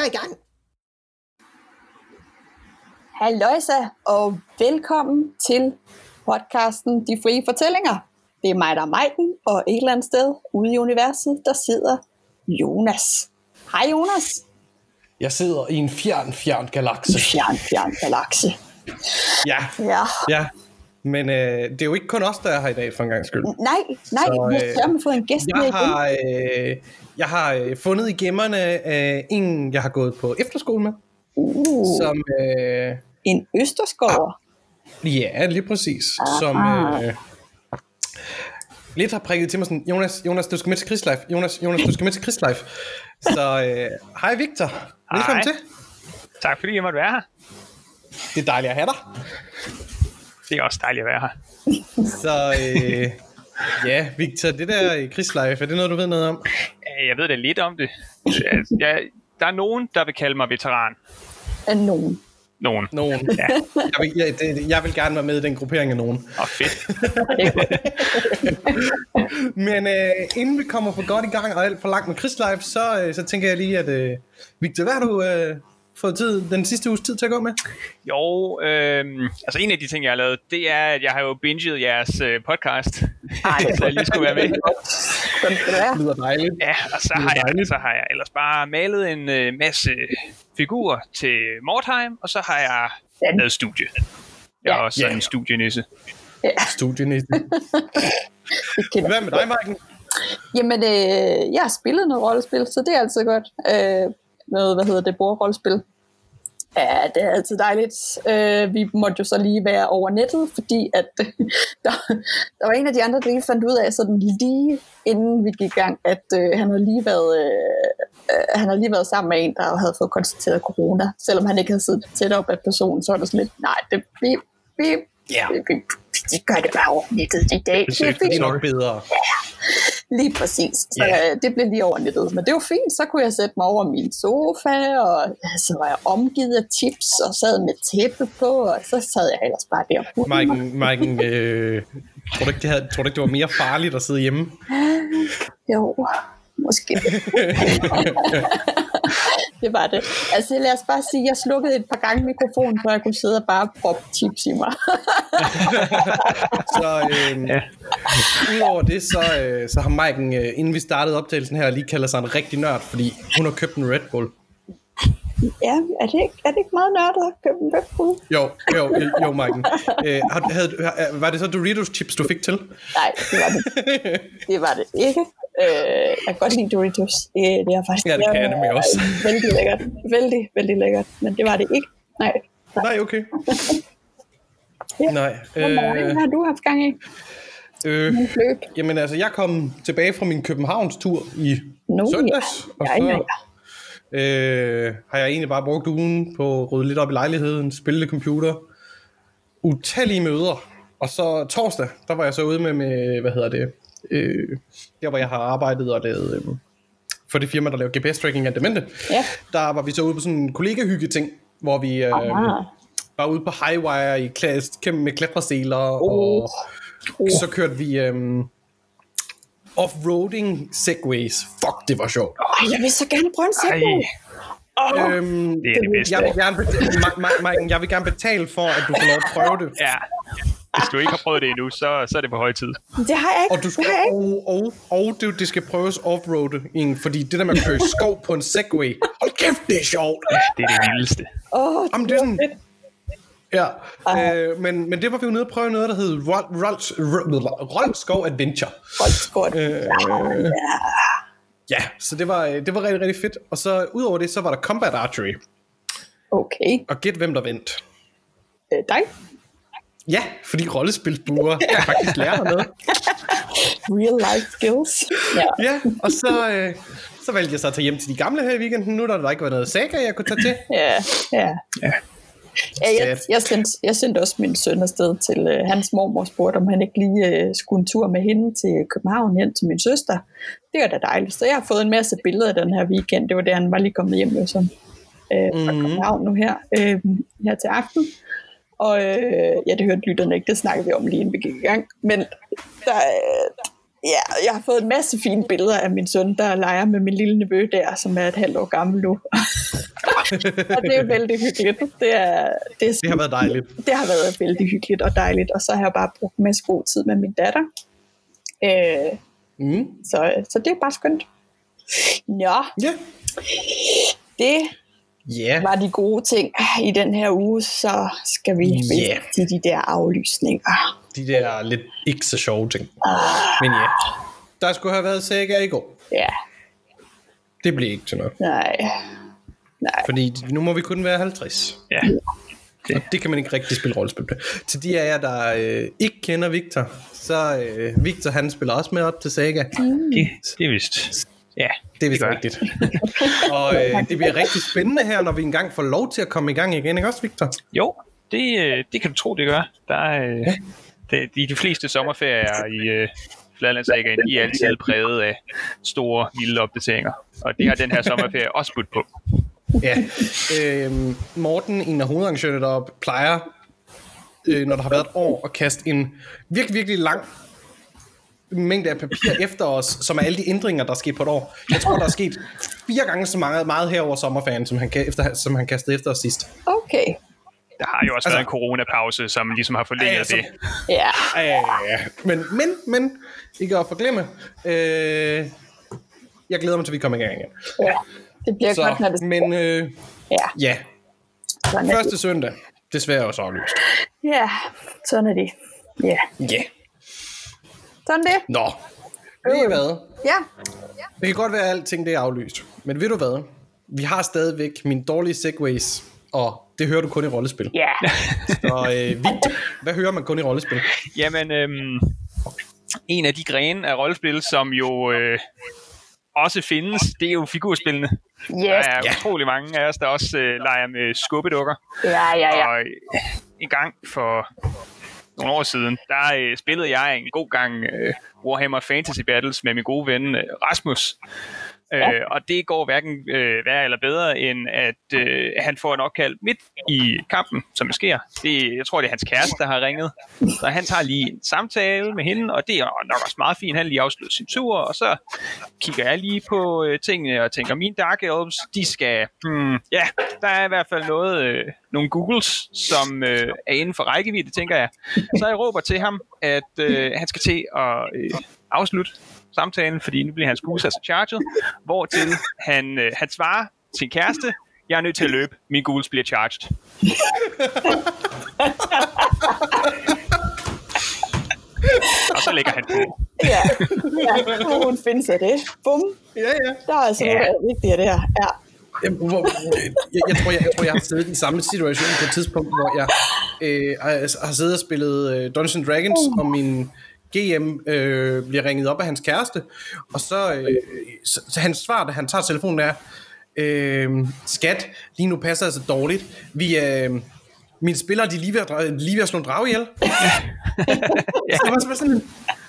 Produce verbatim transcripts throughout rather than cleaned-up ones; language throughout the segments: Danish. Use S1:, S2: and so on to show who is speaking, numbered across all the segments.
S1: er i gang.
S2: Halløjsa, og velkommen til podcasten De Frie Fortællinger. Det er mig, der er Maiken, og et eller andet sted ude i universet, der sidder Jonas. Hej Jonas.
S3: Jeg sidder i en fjern, fjern galakse.
S2: En fjern, fjern galakse.
S3: Ja,
S2: Ja.
S3: ja. Men øh, det er jo ikke kun os, der er her i dag for en gang skyld.
S2: Nej, nej,
S3: Så,
S2: vi har øh, fået en gæst med
S3: jeg har, øh, jeg har øh, fundet i gemmerne øh, en, jeg har gået på efterskole med.
S2: Uh,
S3: Som, øh,
S2: en østerskår.
S3: ja, lige præcis.
S2: Aha.
S3: Som øh, lidt har prikket til mig sådan, Jonas, Jonas, du skal med til Krigslife. Jonas, Jonas, du skal med til Krigslife. Så øh, hej Victor, velkommen til.
S4: Tak fordi jeg måtte være her.
S3: Det er dejligt at have dig.
S4: Det er også dejligt at være her.
S3: Så øh, ja, Victor, det der i Krigslife, er det noget, du ved noget om?
S4: Jeg ved da lidt om det. Jeg, der er nogen, der vil kalde mig veteran.
S2: Er nogen.
S4: Nogen.
S3: Nogen.
S4: Ja.
S3: Jeg vil, jeg, det, jeg vil gerne være med i den gruppering af nogen.
S4: Åh, fedt.
S3: Men øh, inden vi kommer for godt i gang og alt for langt med Krigslife, så, øh, så tænker jeg lige, at øh, Victor, hvad har du øh, fået tid, den sidste uges tid til at gå med?
S4: Jo, øh, altså en af de ting, jeg har lavet, det er, at jeg har jo binget jeres øh, podcast.
S2: Ej,
S4: så jeg lige skulle være med.
S2: Sådan skal det være.
S3: Det lyder dejligt.
S4: Ja, og så har, jeg, så har jeg ellers bare malet en øh, masse figurer til Mordheim, og så har jeg
S2: Den.
S4: lavet studie. Jeg er
S2: Ja.
S4: også sådan
S3: Ja.
S4: en studienisse.
S2: Ja,
S3: Studienisse.
S2: det kender.
S3: Hvad med dig, Maiken?
S2: Jamen, øh, jeg har spillet noget rollespil, så det er altid godt. Øh, noget, hvad hedder det, bordrollespil. Ja, det er altid dejligt. Øh, vi måtte jo så lige være over nettet, fordi at der, der var en af de andre, der lige fandt ud af, sådan lige inden vi gik i gang, at øh, han havde lige været øh, han havde lige været sammen med en, der havde fået konstateret corona. Selvom han ikke havde siddet tæt op af personen, så var det sådan lidt, nej, det, vi, vi,
S3: Ja.
S2: vi, vi, vi gør det bare over nettet i dag.
S4: Det er
S3: Det er nok bedre.
S2: Lige præcis. Så
S3: Ja.
S2: yeah. det blev lige over nettet. Men det var fint. Så kunne jeg sætte mig over min sofa, og så var jeg omgivet af chips, og sad med tæppe på, og så sad jeg ellers bare der.
S3: Maiken, Maiken øh, tror, du ikke, det havde, tror du ikke, det var mere farligt at sidde hjemme?
S2: Jo, måske. Det var det. Altså lad os bare sige, at jeg slukkede et par gange mikrofonen, så jeg kunne sidde og bare proppe chips i mig.
S3: Så øh,
S4: Ja.
S3: udover det, så, øh, så har Maiken, øh, inden vi startede optagelsen her, lige kaldt sig en rigtig nørd, fordi hun har købt en Red Bull.
S2: Ja, er det ikke, er det ikke meget nørdet at købe en Red Bull?
S3: Jo, jo, jo, jo Maiken. Øh, har- havde, har- var det så Doritos chips, du fik til?
S2: Nej, det var det. Det var det ikke. Øh, jeg kan godt lide Doritos. Det, det er faktisk
S3: Ja, det kan jeg nemlig også.
S2: vældig lækkert. Vældig, vældig lækkert. Men det var det ikke. Nej.
S3: Nej, okay.
S2: Ja.
S3: Nej.
S2: Hvor mange
S3: Øh,
S2: har du haft gang i?
S3: øh,
S2: En løb.
S3: jamen altså, jeg kom tilbage fra min Københavns tur i
S2: Nå,
S3: søndags,
S2: ja.
S3: og
S2: Ja, ja,
S3: så øh, har jeg egentlig bare brugt ugen på at rydde lidt op i lejligheden, spille lidt computer, utallige møder, og så torsdag, der var jeg så ude med, med hvad hedder det, øh, der hvor jeg har arbejdet og lavet, øh, for det firma, der laver G P S-tracking af demente,
S2: Ja.
S3: der var vi så ude på sådan en kollega-hygge-ting, hvor vi øh,
S2: Aha.
S3: var ude på highwire i klæ- kæmpe med klatreseler,
S2: Oh.
S3: og så kørte vi øhm, off-roading segways. Fuck, det var sjovt.
S2: Ej, jeg vil så gerne prøve en
S4: Ej,
S2: segway. Oh,
S3: Øhm,
S4: det er det bedste.
S3: jeg, vil gerne betale, Ma- Ma- Maiken, jeg vil gerne betale for, at du får lov at prøve det.
S4: Ja. Hvis du ikke har prøvet det endnu, så, så er det på høj tid.
S2: det har jeg ikke.
S3: Og, du skal,
S2: det har jeg ikke.
S3: og, og, og det, det skal prøves off-roading, fordi det der med at køre i skov på en segway, hold kæft, det er sjovt.
S4: Det er det vildeste.
S2: Åh,
S3: Jamen, det er sådan,
S2: fedt.
S3: ja, øh, men, men det var vi jo nede og prøve noget, der hed Roldskov Adventure.
S2: Boldskort.
S3: Øh,
S2: Ja.
S3: Ja, så det var, det var rigtig, rigtig fedt. Og så udover det, så var der Combat Archery.
S2: Okay.
S3: Og gæt hvem der vandt.
S2: Øh, dig?
S3: Ja, fordi rollespilsbuer kan faktisk lære dig noget.
S2: Real life skills. Ja.
S3: Ja, og så, øh, så valgte jeg så at tage hjem til de gamle her i weekenden. Nu der der ikke var noget saga, jeg kunne tage til.
S2: Ja, ja.
S4: Ja.
S2: Ja, jeg, jeg, sendte, jeg sendte også min søn afsted til øh, hans mormor, spurgte om han ikke lige øh, skulle en tur med hende til København hen til min søster. Det var da dejligt. Så jeg har fået en masse billeder den her weekend. Det var det, han var lige kommet hjem med sådan, øh, fra
S3: Mhm.
S2: København nu her, øh, her til aften. Og øh, ja, det hørte lytterne ikke, det snakkede vi om lige inden vi gik i gang. Men der, øh, Ja, jeg har fået en masse fine billeder af min søn, der leger med min lille nevø der, som er et halvt år gammel nu. Og det er vældig hyggeligt. Det, er, det, er,
S3: Det har været dejligt.
S2: Det har været vældig hyggeligt og dejligt. Og så har jeg bare brugt en masse god tid med min datter. Øh,
S3: Mm.
S2: så, så det er bare skønt. Nå,
S3: Ja.
S2: det
S3: Ja.
S2: var de gode ting i den her uge. Så skal vi
S3: Ja.
S2: til de der aflysninger.
S3: De der lidt ikke så sjove ting. Men ja, der skulle have været Sega i går.
S2: Ja,
S3: Det blev ikke til noget.
S2: nej. Nej.
S3: Fordi nu må vi kun være halvtreds.
S4: Ja.
S3: Og det kan man ikke rigtig spille rollespil med. Til de af jer, der øh, ikke kender Victor, så øh, Victor han spiller også med op til Saga.
S4: Det, det er vist. Ja,
S3: Det er vist
S4: gør
S3: rigtigt. Og øh, det bliver rigtig spændende her, når vi engang får lov til at komme i gang igen, ikke også, Victor?
S4: Jo, det, øh, det kan du tro, det gør. Der er, øh,
S3: Ja.
S4: det, de, de fleste sommerferier i øh, Fladlandsagaen, de er altid præget af store, vilde opdateringer. Og det har den her sommerferie også budt på.
S3: Ja. Øh, Morten, en af hovedarrangørerne deroppe, plejer, øh, når der har været et år, at kaste en virkelig, virkelig lang mængde af papir efter os, som er alle de ændringer, der er sket på et år. Jeg tror, der er sket fire gange så meget, meget her over sommerferien, som han, efter, som han kastede efter os sidst.
S2: Okay.
S4: Der har jo også altså, været en coronapause, som ligesom har forlænget
S3: ja, altså,
S4: det.
S2: Ja.
S3: Ja, ja, ja. Men, men, men, ikke at forglemme, øh, jeg glæder mig til, at vi kommer i gang igen.
S2: Ja. Det bliver
S3: Så,
S2: godt, når det
S3: men øh,
S2: Ja.
S3: ja,
S2: Sådan er
S3: første
S2: det.
S3: søndag, desværre også aflyst.
S2: Ja, sådan er det. Ja.
S3: Ja,
S2: Sådan det.
S3: nå, ved I hvad?
S2: Ja.
S3: Det kan godt være, at alting det er aflyst. Men ved du hvad? Vi har stadigvæk mine dårlige segways, og det hører du kun i rollespil.
S2: Ja.
S3: Så øh, Victor, hvad hører man kun i rollespil?
S4: Jamen, øhm, en af de grene af rollespil, som jo øh, også findes, det er jo figurspillene.
S2: Yes.
S4: Der er
S3: Ja.
S4: utrolig mange af os, der også øh, leger med skubbedukker.
S2: Ja, ja, ja.
S4: Og øh, en gang for nogle år siden, der øh, spillede jeg en god gang øh, Warhammer Fantasy Battles med min gode ven øh, Rasmus.
S2: Ja.
S4: Øh, og det går hverken øh, værre eller bedre, end at øh, han får en opkald midt i kampen, som det sker. Det, jeg tror, det er hans kæreste, der har ringet. Så han tager lige en samtale med hende, og det er nok også meget fint. Han lige afslutter sin tur, og så kigger jeg lige på øh, tingene og tænker, mine Dark Elves, de skal... Hmm, ja, der er i hvert fald noget, øh, nogle Googles, som øh, er inden for rækkevidde, tænker jeg. Så jeg råber til ham, at øh, han skal til at øh, afslutte samtalen, fordi nu bliver hans gus altså charged, hvortil han, øh, han svarer sin kæreste, jeg er nødt til at løbe, min gus bliver charged. Og så lægger han på.
S2: Ja. Ja. Hun findes af det. Bum.
S3: Ja, ja.
S2: Der er altså ja. noget vigtigt af det her. Ja.
S3: Jeg, hvor, jeg, jeg, tror, jeg, jeg tror, jeg har siddet i samme situation på et tidspunkt, hvor jeg øh, har, har siddet og spillet øh, Dungeons and Dragons, uh. og min G M øh, bliver ringet op af hans kæreste, og så, øh, så, så hans svar, da han tager telefonen, er, øh, skat, lige nu passer det så dårligt. Vi, øh, mine spillere, de er lige ved at, lige ved at slå en drage ihjel. Ja. Så det var så sådan,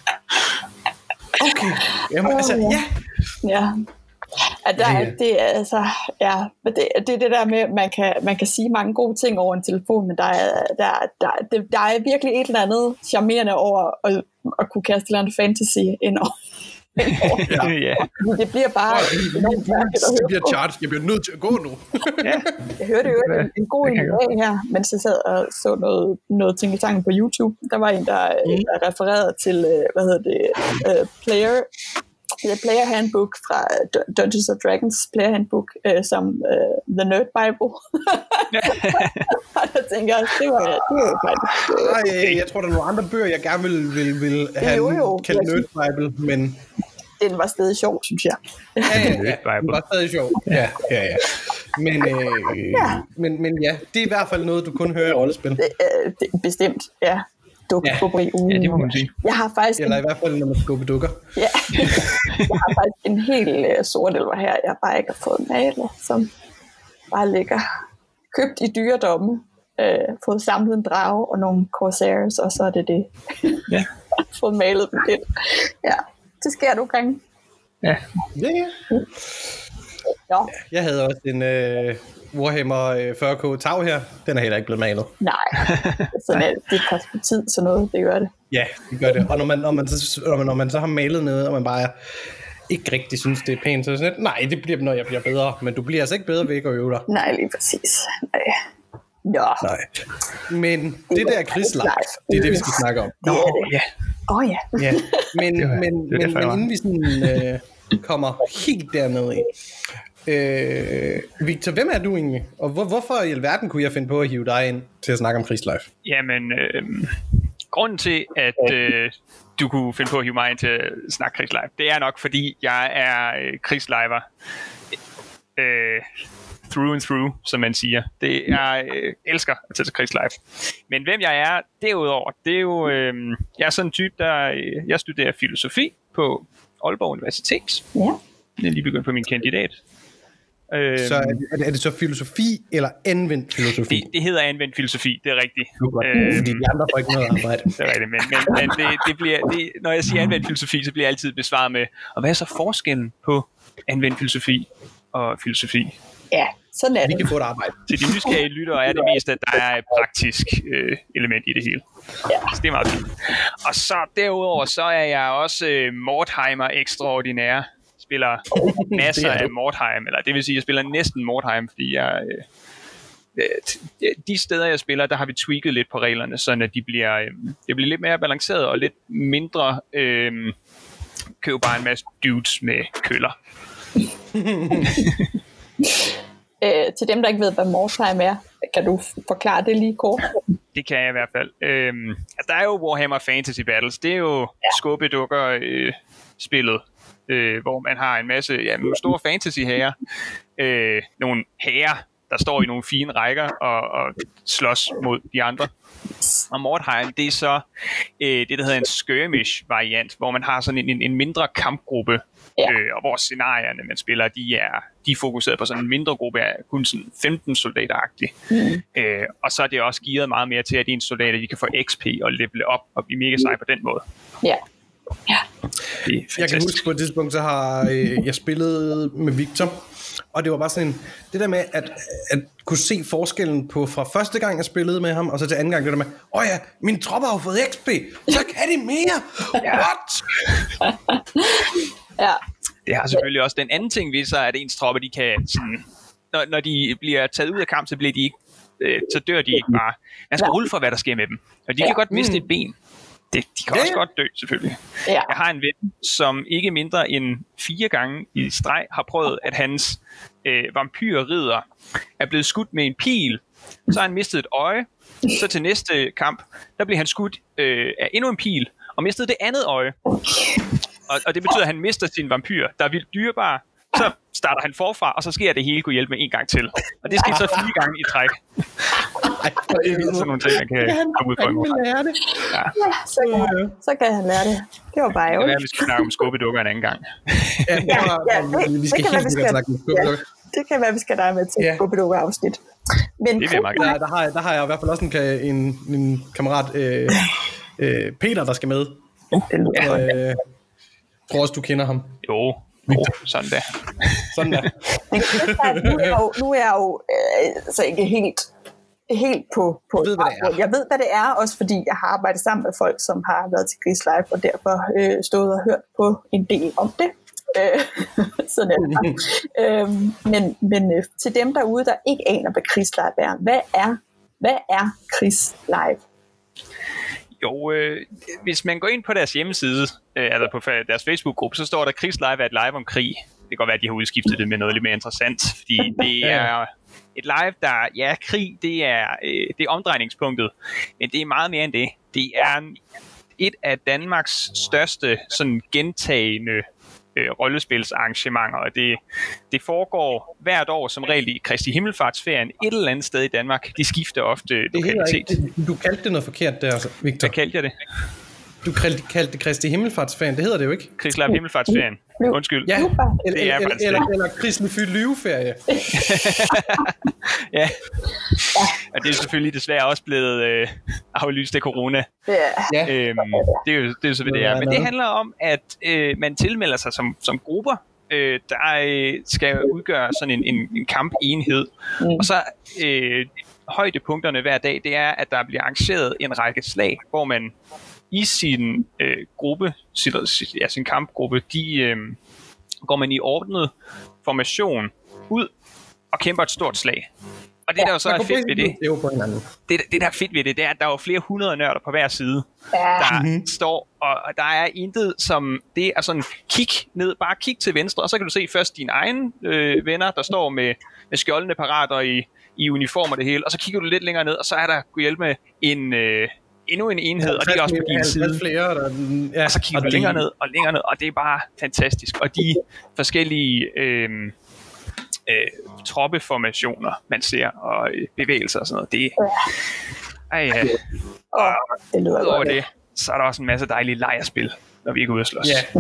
S3: okay, jamen, altså, ja.
S2: Ja. Ja, der er, det er altså, ja, det, det er det der med, at man kan, man kan sige mange gode ting over en telefon, men der er, der, der, der, der er virkelig et eller andet charmerende over at, at kunne kaste et eller andet fantasy ind over.
S3: Ja.
S4: Ja.
S2: Det bliver bare enormt mærkeligt at
S3: Jeg
S2: høre
S3: bliver
S2: på.
S3: charged, jeg bliver nødt til at gå nu.
S4: Ja.
S2: Jeg hørte jo en, en god en dag her, mens jeg sad og så noget, noget ting i tanken på YouTube. Der var en, der, mm. der refererede til, hvad hedder det, uh, Player... The Player Handbook fra Dungeons and Dragons Player Handbook, øh, som øh, The Nerd Bible. Og jeg tænker, det var det var faktisk...
S3: Nej, jeg tror, der er nogle andre bøger, jeg gerne vil, vil, vil have
S2: jo, jo.
S3: kaldt Nerd Bible, men...
S2: Den var stadig sjov, synes jeg.
S3: Ja, ja, ja. Det var stadig sjov. Ja, ja, ja. Men, øh,
S2: Ja.
S3: men, men ja, det er i hvert fald noget, du kun hører i rollespil.
S2: Det, øh, det, bestemt, ja. Dukkefabrik.
S4: Ja, det må man sige.
S2: Jeg har faktisk...
S3: Eller i
S2: en,
S3: hvert fald, når man skubber dukker.
S2: ja. Jeg har faktisk en helt uh, sort elver her, jeg bare ikke har fået malet, som bare ligger købt i dyredomme. Øh, fået samlet en drage og nogle corsairs, og så er det det.
S4: Ja.
S2: Fået malet dem lidt. Ja, det sker nogle gange.
S4: Ja.
S3: Ja, ja.
S2: Nå.
S3: Jeg havde også en, øh, Warhammer fyrre K Tau her, den er heller ikke blevet malet.
S2: Nej, sådan er det. Det koster på tid, sådan noget, det gør det.
S3: Ja, det gør det. Og når man, når man, så, når man, når man så har malet noget, og man bare ikke rigtig synes, det er pænt, så er det sådan, nej, det bliver, når jeg bliver bedre. Men du bliver altså ikke bedre ved ikke at øve dig.
S2: Nej, lige præcis. Nej. Ja.
S3: Nej. Men det der krigslife, det er det, vi skal snakke om.
S2: Det er det.
S4: Ja.
S2: Åh oh, ja.
S3: Ja, men,
S4: Det var-
S3: men,
S4: det var
S3: men,
S4: derfor, jeg
S3: men
S4: var.
S3: inden vi sådan, øh, kommer helt dernede i, øh, Victor, hvem er du egentlig? Og hvor, hvorfor i alverden kunne jeg finde på at hive dig ind til at snakke om krigslife?
S4: Jamen, øh, grunden til, at øh, du kunne finde på at hive mig ind til at snakke krigslive, det er nok, fordi jeg er øh, krigsliver. Øh, through and through, som man siger. Det jeg øh, elsker at tage til krigslive. Men hvem jeg er derudover, det er jo, øh, jeg er sådan en type, der, øh, jeg studerer filosofi på Aalborg Universitet.
S2: Ja.
S4: Jeg er lige begyndt på min kandidat. Øh,
S3: Så er det, er det, er det så filosofi eller anvendt filosofi?
S4: det, det hedder anvendt filosofi, det er rigtigt.
S3: Øh, fordi de andre får ikke noget arbejde.
S4: Det er rigtigt, men, men, men det, det bliver, det, når jeg siger anvendt filosofi, så bliver jeg altid besvaret med, og hvad er så forskellen på anvendt filosofi og filosofi?
S2: Ja, sådan er
S3: Vi
S2: det.
S3: kan få et arbejde.
S4: Til de nysgerrige lyttere er det mest, at der er et praktisk øh, element i det hele.
S2: Ja.
S4: Så det er meget fint. Og så derudover, så er jeg også øh, Mordheimer ekstraordinær. Spiller masser af Mordheim, eller det vil sige, jeg spiller næsten Mordheim, fordi jeg... Øh, øh, de steder, jeg spiller, der har vi tweaked lidt på reglerne, så at de bliver, øh, det bliver lidt mere balanceret og lidt mindre øh, køb bare en masse dudes med køller.
S2: Øh, til dem, der ikke ved, hvad Mordheim er, kan du forklare det lige kort?
S4: Det kan jeg i hvert fald. Øhm, altså, der er jo Warhammer Fantasy Battles. Det er jo ja. skubbedukker-spillet, øh, hvor man har en masse ja, nogle store fantasy-hære. Øh, nogle hære, der står i nogle fine rækker og, og slås mod de andre. Og Mordheim, det er så øh, det, der hedder en skirmish-variant, hvor man har sådan en, en, en mindre kampgruppe,
S2: Ja.
S4: øh, og hvor scenarierne, man spiller, de er, de er fokuseret på sådan en mindre gruppe af kun sådan femten soldater-agtigt. Mm. Øh, og så er det også gearet meget mere til, at ens soldater de kan få X P og level op og blive mega seje på den måde.
S2: Ja. Ja.
S4: Det er
S3: Jeg kan
S4: fantastisk.
S3: huske på et tidspunkt, så har øh, jeg spillet med Victor, og det var bare sådan en, det der med at, at kunne se forskellen på fra første gang jeg spillede med ham, og så til anden gang det der med, åh oh ja, mine tropper har fået X P, så kan de mere, what?
S2: Ja.
S4: Det har selvfølgelig også den anden ting ved sig, at ens tropper, de kan sådan, når, når de bliver taget ud af kamp, så bliver de ikke, øh, så dør de ikke bare. Man skal rulle for, hvad der sker med dem. Og de kan
S2: Ja.
S4: godt miste et ben. Det, de kan
S3: Ja.
S4: også godt dø, selvfølgelig.
S2: Ja.
S4: Jeg har en ven, som ikke mindre end fire gange i streg har prøvet, at hans øh, vampyrridder er blevet skudt med en pil. Så har han mistet et øje. Så til næste kamp, der bliver han skudt øh, af endnu en pil, og mistede det andet øje. Og, og det betyder, at han mister sin vampyr, der er vildt dyrebar. Så starter han forfra, og så sker det hele kunne hjælpe med en gang til. Og det sker så fire gange i træk.
S3: Ej, for
S4: Det er sådan nogle ting, man kan komme ud for i morgen.
S3: lære det.
S4: Ja.
S2: Så kan, så kan han lære det. Det var bare
S4: Det kan
S2: ærgerligt.
S4: være, at vi skal snakke om skubbedukker en anden gang.
S3: Ja,
S2: Ja, ja, det-
S3: vi skal
S2: det kan være,
S3: helt
S2: vi
S3: sikkert
S2: skal-
S3: snakke med skubbedukker.
S2: Det kan være, vi skal dig med til
S3: Ja.
S2: et Skubbedukke-afsnit. Men
S4: Det vil jeg meget
S3: Der, der, har, jeg- der har jeg i hvert fald også en, ka- en, en kammerat, øh, øh, Peter, der skal med.
S2: det lyder godt.
S3: Øh, jeg tror også, du kender ham.
S4: Jo, oh, sådan der.
S3: Sådan der.
S2: Men Christian, nu er jeg jo, nu er jeg jo øh, så ikke helt, helt på, på
S3: Du ved, hvad det er.
S2: Jeg ved, hvad det er, også fordi jeg har arbejdet sammen med folk, som har været til Gris Live, og derfor øh, stået og hørt på en del om det. Øh, sådan er det. øh, men men øh, til dem derude, der ikke aner, hvad Gris Live er, hvad er, hvad er Gris Live?
S4: Jo, øh, hvis man går ind på deres hjemmeside, øh, altså på fa- deres Facebook-gruppe, så står der, Krigs Live er et live om krig. Det kan godt være, at de har udskiftet det med noget lidt mere interessant, fordi det er et live, der, ja, krig, det er, øh, det er omdrejningspunktet, men det er meget mere end det. Det er et af Danmarks største sådan gentagende øh, rollespilsarrangementer, og det, det foregår hvert år som regel i Kristi Himmelfartsferien et eller andet sted i Danmark. De skifter ofte
S3: Det hedder
S4: lokalitet.
S3: ikke, du kaldte det noget forkert der, altså, Victor.
S4: Hvad kaldte jeg det?
S3: Du kaldte, kaldte det Kristi Himmelfartsferien, det hedder det jo ikke.
S4: Krigs Live Himmelfartsferien. Undskyld.
S3: Ja, eller,
S4: Det er
S3: eller, eller,
S4: faktisk
S3: eller,
S4: det.
S3: eller Kristi Fy Lyveferie.
S4: Ja. Og det er selvfølgelig desværre også blevet øh, aflyst af corona.
S2: Ja.
S3: Ja.
S4: Øhm, det er jo det er jo så, hvad det er. Men det handler om, at øh, man tilmelder sig som, som grupper øh, der øh, skal udgøre sådan en, en, en kampenhed. Mm. Og så øh, højdepunkterne hver dag, det er, at der bliver arrangeret en række slag, hvor man i sin øh, gruppe, sin, ja, sin kampgruppe, de øh, går man i ordnet formation ud og kæmper et stort slag. Og det, der jo så er fedt ved det, det, det der er fedt ved det, det er, at der er jo flere hundrede nørder på hver side, der mm-hmm. står, og, og der er intet som, det er sådan, kig ned, bare kig til venstre, og så kan du se først dine egne øh, venner, der står med, med skjoldene parater i, i uniform og det hele, og så kigger du lidt længere ned, og så er der kunne hjælpe med en, øh, endnu en enhed, og det er også på din side. Flere, der, ja, og så kigger du længere ned og længere ned, og det er bare fantastisk. Og de forskellige øh, øh, troppeformationer, man ser, og øh, bevægelser og sådan noget, det er... Ej, ja. Og udover det, så er der også en masse dejlige lejerspil, når vi ikke er ude at slås.
S2: Ja.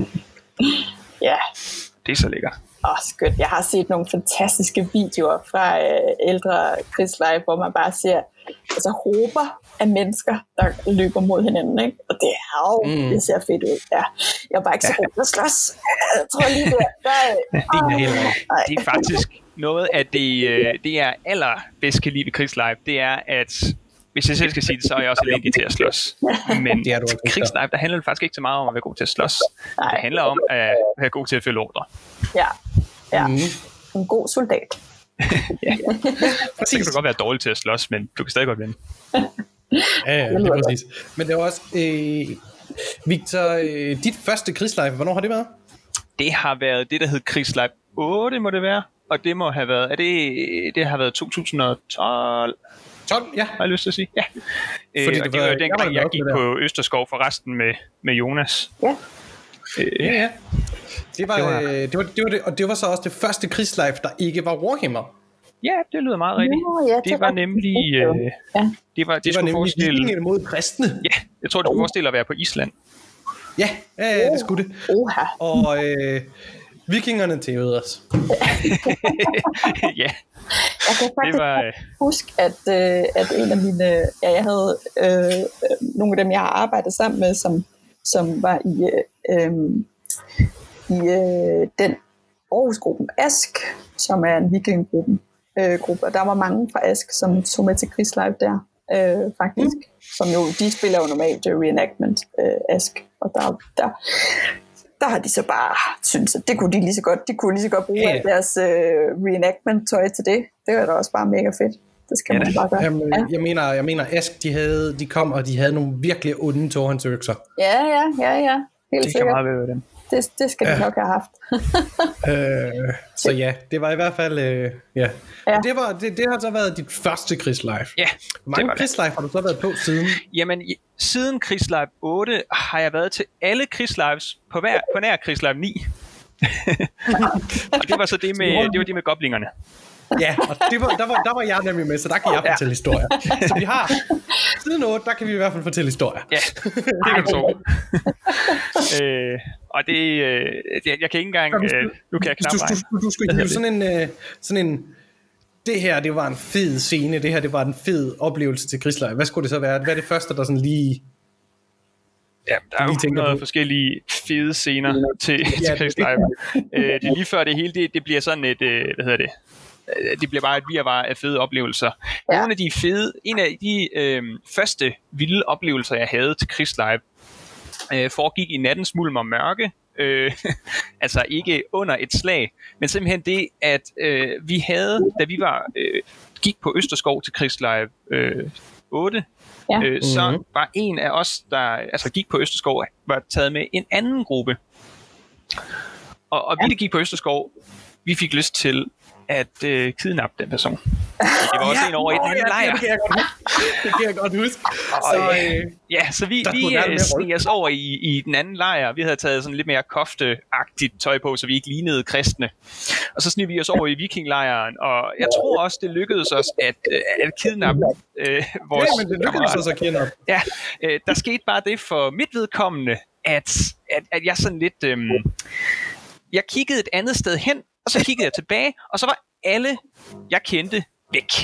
S2: Ja.
S4: Det er så lækkert.
S2: Åh, oh, skønt. Jeg har set nogle fantastiske videoer fra øh, ældre krigsleje, hvor man bare ser altså håber af mennesker, der løber mod hinanden, ikke? Og det er jo, mm. det ser fedt ud. Ja. Jeg var bare ikke så god til at slås. Jeg tror lige der. der
S4: det, er helt, det er faktisk noget af det, det er allerbedst kan lide ved krigsleje, det er, at hvis jeg selv skal sige det, så er jeg også elendig til at slås. Men ja, krigsleje, der handler det faktisk ikke så meget om at være god til at slås. Nej. Det handler om at være god til at følge ordre.
S2: Ja, ja. Mm. En god soldat.
S4: Ja. Så kan du godt være dårlig til at slås, men du kan stadig godt vinde.
S3: Ja, ja, det er præcis. Men det er også øh, Victor, øh, dit første krigsleje, hvornår har det været?
S4: Det har været det, der hed krigsleje otte, må det være. Og det må have været, er det, det har været to tusind og tolv.
S3: tolv, ja.
S4: Har jeg lyst til at sige. Ja. Fordi øh, og det var jo dengang, jeg gik på Østerskov for resten med, med Jonas.
S2: Ja.
S3: Øh, ja, ja. Det var, det, var, øh, det, var, det var det, og det var så også det første krigslife, der ikke var Warhammer.
S4: Ja, det lyder meget rigtigt.
S2: Nå, ja, det,
S4: det var nemlig øh,
S2: ja.
S4: det var det,
S3: det var nemlig vikingerne mod kristne.
S4: Ja, jeg tror det skulle forestille at være på Island.
S3: Ja, ja, ja det skulle det.
S2: Oha.
S3: Og øh, vikingerne tævede os.
S4: Ja.
S2: Jeg kan faktisk
S4: det var, øh...
S2: huske, at, øh, at en af mine, ja, jeg havde øh, nogle af dem, jeg har arbejdet sammen med, som, som var i, øh, i øh, den Aarhus-gruppen Ask, som er en vikinggruppe. Øh, gruppe. Og der var mange fra Ask, som tog med til krigslive der, øh, faktisk. Mm. Som jo, de spiller jo normalt uh, reenactment øh, Ask. Og der, der, der har de så bare syntes, at det kunne de lige så godt, de kunne lige så godt bruge yeah. deres øh, reenactment-tøj til det. Det var da også bare mega fedt. Det skal ja, man bare gøre.
S3: Jamen, ja. jeg, mener, jeg mener, Ask, de, havde, de kom, og de havde nogle virkelig onde tårhåndsøkser.
S2: Ja, ja, ja, ja. Helt
S4: det
S2: sikkert.
S4: kan meget ved dem.
S2: Det, det skal de ja. nok have haft.
S3: øh, så ja, det var i hvert fald øh, ja. Ja. Det, var, det, det har så været dit første krigslife.
S4: Ja,
S3: hvor mange krigslife har du så været på siden?
S4: Jamen, siden krigslife otte har jeg været til alle krigslives på, hver, på nær krigslife ni. Og det var så det med, det var det med goblingerne.
S3: Ja, og det var, der, var, der var jeg nemlig med, så der kan jeg fortælle ja. historier. Så vi har siden otte, der kan vi i hvert fald fortælle historier.
S4: Ja, det kan du tro. øh, og det, øh, jeg, jeg kan ikke engang, øh, nu kan jeg knap
S3: du, du, du, du skulle hive sådan en, øh, sådan en, det her, det var en fed scene, det her, det var en fed oplevelse til krigslejr. Hvad skulle det så være? Hvad er det første, der sådan lige...
S4: Ja, der er jo noget forskellige fede scener til, ja, til krigslejr. øh, det er lige før det hele, det, det bliver sådan et, øh, hvad hedder det? Det bliver bare et virvar af fede oplevelser. Ja. Nogle af de fede, en af de øh, første vilde oplevelser, jeg havde til krigslive, øh, foregik i nattens mulm og mørke. Øh, altså ikke under et slag, men simpelthen det, at øh, vi havde, da vi var øh, gik på Østerskov til krigslive øh, otte, ja. øh, så mm-hmm. var en af os, der altså gik på Østerskov, var taget med en anden gruppe. Og, og vi, der gik på Østerskov, vi fik lyst til at øh, kidnappe den person. Det var også ja, en over i den anden lejr.
S3: Det kan jeg godt huske.
S4: Så, øh, ja, så vi, vi øh, sneg os over i, i den anden lejr. Vi havde taget sådan lidt mere kofteagtigt tøj på, så vi ikke lignede kristne. Og så sneg vi os over i vikinglejren, og jeg tror også, det lykkedes os at, at kidnappe øh, vores...
S3: Ja, men det lykkedes os at kidnappe.
S4: Ja, øh, der skete bare det for mit vedkommende, at, at, at jeg sådan lidt... Øh, jeg kiggede et andet sted hen, og så kiggede jeg tilbage, og så var alle, jeg kendte, væk.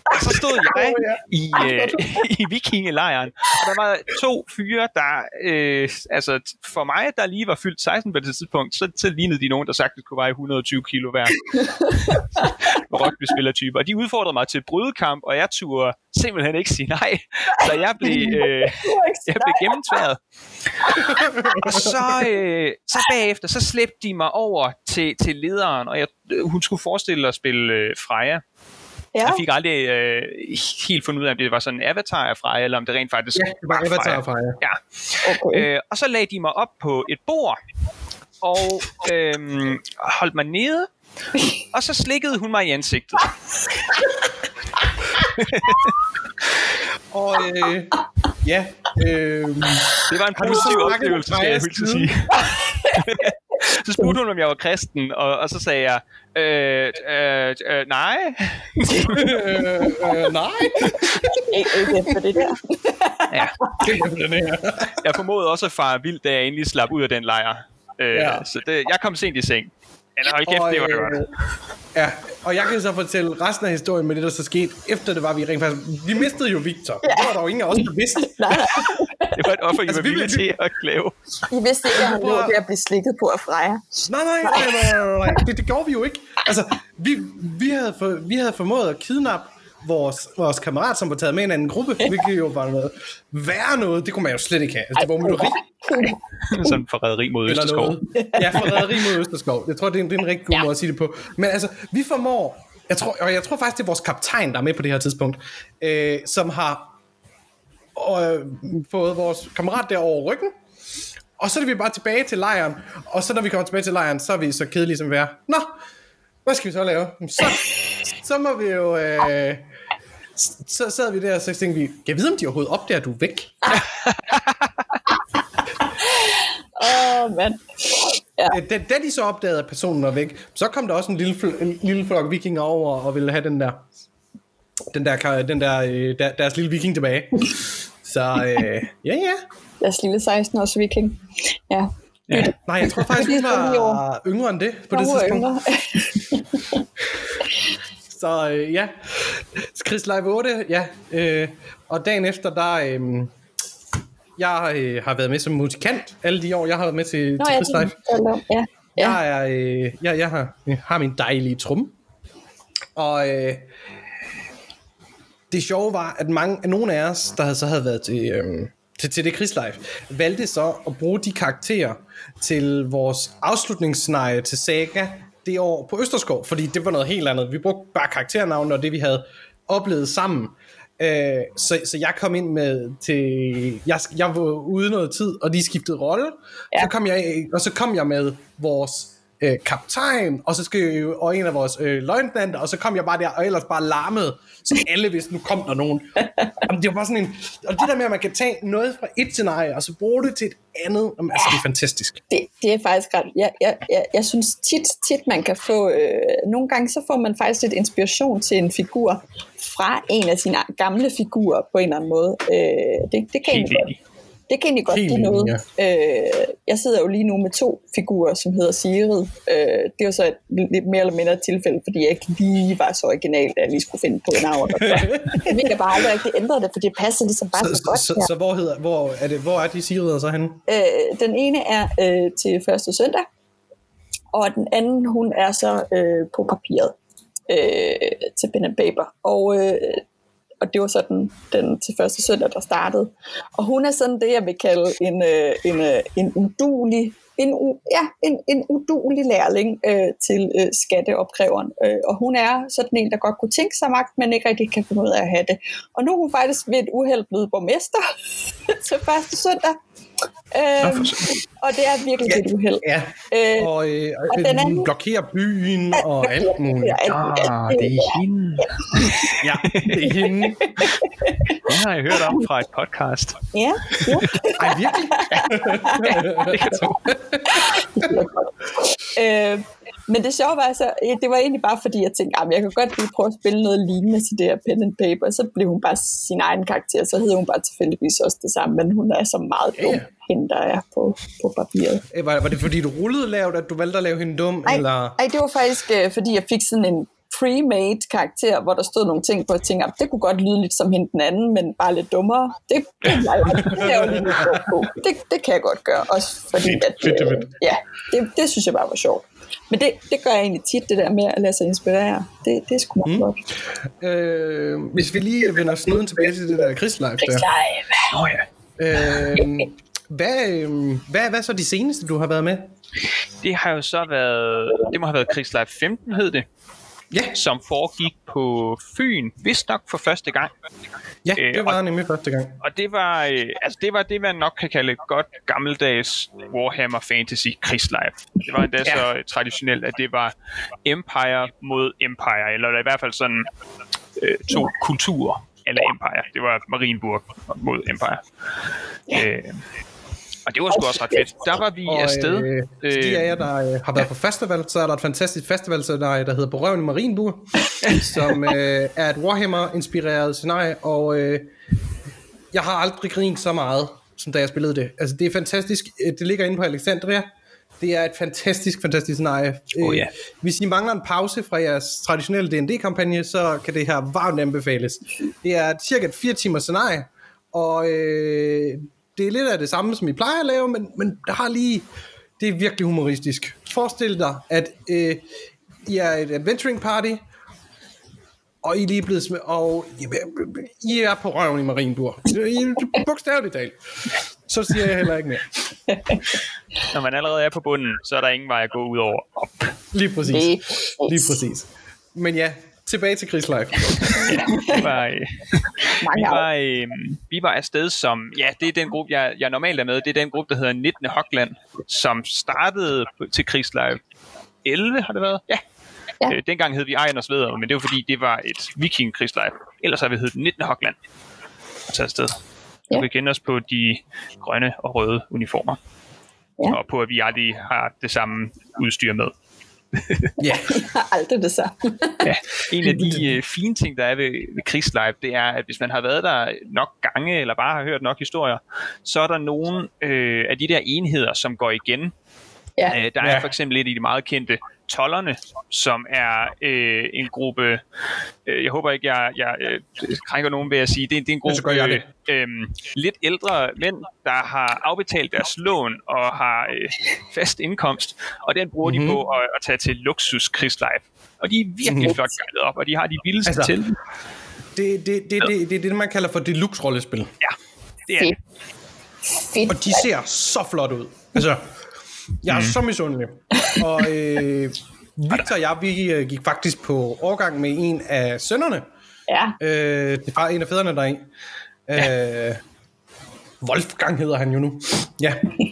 S4: Og så stod jeg i, øh, i vikingelejren, og der var to fyre, der, øh, altså for mig, der lige var fyldt seksten på det tidspunkt, så, så lignede de nogen, der sagtens kunne veje et hundrede og tyve kilo hver. Rugby-spillertyper. Og de udfordrede mig til brydekamp, og jeg turde simpelthen ikke sige nej. Så jeg blev, øh, jeg blev gennemtværet. Og så, øh, så bagefter, så slæbte de mig over til, til lederen, og jeg, hun skulle forestille at spille øh, Freja. Ja. Jeg fik aldrig øh, helt fundet ud af, om det var sådan en avatar af Freja, eller om det rent faktisk
S3: ja, det var en avatar af Freja.
S4: Ja. Okay. Øh, og så lagde de mig op på et bord, og øh, holdt mig nede, og så slikkede hun mig i ansigtet.
S3: og øh, ja, øh,
S4: det var en positiv oplevelse, skal jeg helt sige. Så spurgte hun, om jeg var kristen, og, og så sagde jeg, øh, øh, øh, nej.
S3: øh, øh, nej.
S2: Ikke efter det der.
S4: Ja. Jeg formodede også at fare vildt, da jeg endelig slap ud af den lejr. Øh, ja. Så det, jeg kom sent i seng. Eller hold kæft, og, det var det godt.
S3: Ja, og jeg kan så fortælle resten af historien med det, der så skete. Efter det var vi rent faktisk... Vi mistede jo Victor. Ja. Det var der jo ingen af os, der vidste.
S2: Nej.
S4: Det var et offer, I altså, var villige til at klæve.
S2: I vidste ikke, at han lå ved at blive slikket på af Freja.
S3: Nej, nej, nej, nej, nej, nej. Det, det gjorde vi jo ikke. Altså, vi, vi, havde, for, vi havde formået at kidnappe vores, vores kammerat, som var taget med i en anden gruppe, hvilket jo var noget værre noget. Det kunne man jo slet ikke have. Altså, det var mytteri.
S4: Sådan en forræderi mod Østerskov.
S3: Ja, forræderi mod Østerskov. Jeg tror, det er en, det er en rigtig god ja. måde at sige det på. Men altså, vi formår, jeg tror, og jeg tror faktisk, det er vores kaptajn, der er med på det her tidspunkt, øh, som har øh, fået vores kammerat der over ryggen, og så er vi bare tilbage til lejren, og så når vi kommer tilbage til lejren, så er vi så kedelige som vi er. Nå, hvad skal vi så lave? Så, så må vi jo... Øh, så sad vi der, og så tænkte vi, jeg ved, om de overhovedet opdager, at du er væk.
S2: Åh, oh, mand. Ja.
S3: Da, da de så opdagede, at personen var væk, så kom der også en lille, en lille flok vikinger over og ville have den der, den der, den der, der deres lille viking tilbage. Så øh, ja, ja.
S2: Deres lille seksten-års viking. Ja.
S3: Ja. Nej, jeg tror faktisk, hun var yngre end det på det tidspunkt. Så øh, ja, Chris Live otte, ja. Øh, og dagen efter, der... Øh, jeg øh, har været med som musikant alle de år, jeg har været med til, Nå, til Chris Live.
S2: Ja, ja.
S3: Jeg, er, øh, jeg, jeg, har, jeg har min dejlige tromme. Og øh, det sjove var, at mange, at nogle af os, der havde, så havde været til, øh, til, til det Chris Live, valgte så at bruge de karakterer til vores afslutningsscenarie til Saga det år på Østerskov, fordi det var noget helt andet. Vi brugte bare karakternavne og det, vi havde oplevet sammen. Uh, så, så jeg kom ind med til jeg, jeg var ude noget tid, og de skiftede rolle. Ja. Så kom jeg, og så kom jeg med vores øh, kaptajn, og så skal jeg, og en af vores øh, løjtnanter, og så kom jeg bare der, og ellers bare larmede, så alle vidste, nu kom der nogen. Jamen, det var bare sådan en, og det der med, at man kan tage noget fra et scenarie, og så bruge det til et andet, jamen, altså, det er fantastisk.
S2: Det, det er faktisk ret, jeg, jeg, jeg, jeg synes tit, tit man kan få, øh, nogle gange så får man faktisk lidt inspiration til en figur, fra en af sine gamle figurer, på en eller anden måde. Øh, det, det kan egentlig godt. Det kan egentlig godt give noget. Ja. Øh, jeg sidder jo lige nu med to figurer, som hedder Sigrid. Øh, det er jo så et lidt mere eller mindre tilfælde, fordi jeg ikke lige var så original, at jeg lige skulle finde på en navn. Jeg vil bare aldrig rigtig ændre det, for det passer ligesom bare så, så godt.
S3: Så, så, så hvor, hedder, hvor, er det, hvor er de Sigrider så henne?
S2: Øh, den ene er øh, til første søndag, og den anden, hun er så øh, på papiret øh, til pen and paper. Og øh, Og det var sådan den til første søndag, der startede. Og hun er sådan det, jeg vil kalde en, en, en udulig, en, ja, en, en udulig lærling øh, til øh, skatteopkræveren. Øh, og hun er sådan en, der godt kunne tænke sig magt, men ikke rigtig kan finde ud af at have det. Og nu er hun faktisk ved et uheld blevet borgmester til første søndag. Øhm, og det er virkelig ja, et uheld.
S3: Ja. Øh, og øh, og den anden blokerer byen ja, og alt muligt.
S4: Ah, det er hende.
S3: Ja, det er hende.
S4: Det har jeg hørt om fra et podcast.
S2: Ja, ja.
S3: Ej, virkelig?
S4: Det kan jeg
S2: øh, Men det sjove var så, det var egentlig bare fordi jeg tænkte, at jeg kan godt lige prøve at spille noget lignende til det her pen and paper. Så blev hun bare sin egen karakter, så hedder hun bare tilfældigvis også det samme, men hun er så meget dum, yeah. hende der er på, på papiret.
S3: Var, var det fordi du rullede lavt, at du valgte at lave hende dum?
S2: Ej,
S3: eller?
S2: Ej det var faktisk øh, fordi jeg fik sådan en pre-made karakter, hvor der stod nogle ting på, og tænkte, det kunne godt lyde lidt som hende den anden, men bare lidt dummere. Det, det, det, er jo lidt det, det kan jeg godt gøre, også fordi, at øh, ja, det, det synes jeg bare var sjovt. Men det, det gør jeg egentlig tit, det der med at lade sig inspirere. Det, det er sgu meget mm. godt.
S3: Øh, hvis vi lige vender snuden tilbage til det der krigslive.
S2: Krigslive.
S3: Åh oh, ja. Øh, hvad, hvad, hvad er så de seneste, du har været med?
S4: Det har jo så været, det må have været Krigslive femten, hed det.
S3: Ja.
S4: Som foregik på Fyn, vist nok for første gang.
S3: Ja, det var øh, nemlig første gang.
S4: Og det var, øh, altså det var det, man nok kan kalde et godt gammeldags Warhammer Fantasy Krigslive. Det var endda ja. så traditionelt, at det var Empire mod Empire, eller i hvert fald sådan øh, to kulturer eller Empire. Det var Marienburg mod Empire. Ja. Øh, Og det var sgu også ret fedt. Der var vi og, afsted.
S3: Øh, de af jer, der øh, har været på festival, så er der et fantastisk festival, der, der hedder På Røven i Marienburg, som øh, er et Warhammer-inspireret scenarie, og øh, jeg har aldrig grint så meget, som da jeg spillede det. Altså, det er fantastisk. Det ligger inde på Alexandria. Det er et fantastisk, fantastisk scenarie.
S4: Oh, yeah.
S3: Hvis I mangler en pause fra jeres traditionelle D and D-kampagne, så kan det her varmt anbefales. Det er cirka et fire timers scenarie, og øh, det er lidt af det samme, som I plejer at lave, men, men der har lige, det er virkelig humoristisk. Forestil dig, at øh, I er et adventuring party, og I er lige blevet smed, og I er på røven i Marienburg. Bogstaveligt talt. Så siger jeg heller ikke mere.
S4: Når man allerede er på bunden, så er der ingen vej at gå ud over op.
S3: Lige præcis. Lige præcis. Men ja, tilbage til Krigslive.
S4: Ja, det var, øh, vi, var, øh, vi var afsted som, ja, det er den gruppe, jeg, jeg normalt er med, det er den gruppe, der hedder nittende Hogland, som startede til Krigslive elleve, har det været? Ja. Ja. Øh, dengang hed vi Ejners Vædder, men det var fordi, det var et viking-krigslive. Ellers har vi heddet nittende Hogland og taget afsted. Ja. Og vi kender os på de grønne og røde uniformer. Ja. Og på, at vi aldrig har det samme udstyr med.
S2: Ja, aldrig det samme.
S4: Ja. En af de uh, fine ting, der er ved, ved Krigslive, det er, at hvis man har været der nok gange, eller bare har hørt nok historier, så er der nogle øh, af de der enheder, som går igen. Ja. Øh, der er ja. for eksempel lidt i de meget kendte tollerne, som er øh, en gruppe, øh, jeg håber ikke, jeg, jeg øh, krænker nogen ved at sige, det er, det er en gruppe øh, øh, lidt ældre mænd, der har afbetalt deres lån og har øh, fast indkomst, og den bruger mm-hmm. de på at, at tage til luksus krigslive. Og de er virkelig mm-hmm. flot gejlet op, og de har de vildeste altså, til. Det,
S3: det, det, det, det, det er det, man kalder for deluxe-rollespil.
S4: Ja, det er det.
S2: Fedt.
S3: Og de ser så flot ud. Altså, jeg er mm. så misundelig. Og øh, Victor og jeg, vi øh, gik faktisk på årgang med en af sønnerne.
S2: Ja.
S3: Øh, det var en af fædrene deri. Ja. Øh, Wolfgang hedder han jo nu. Ja.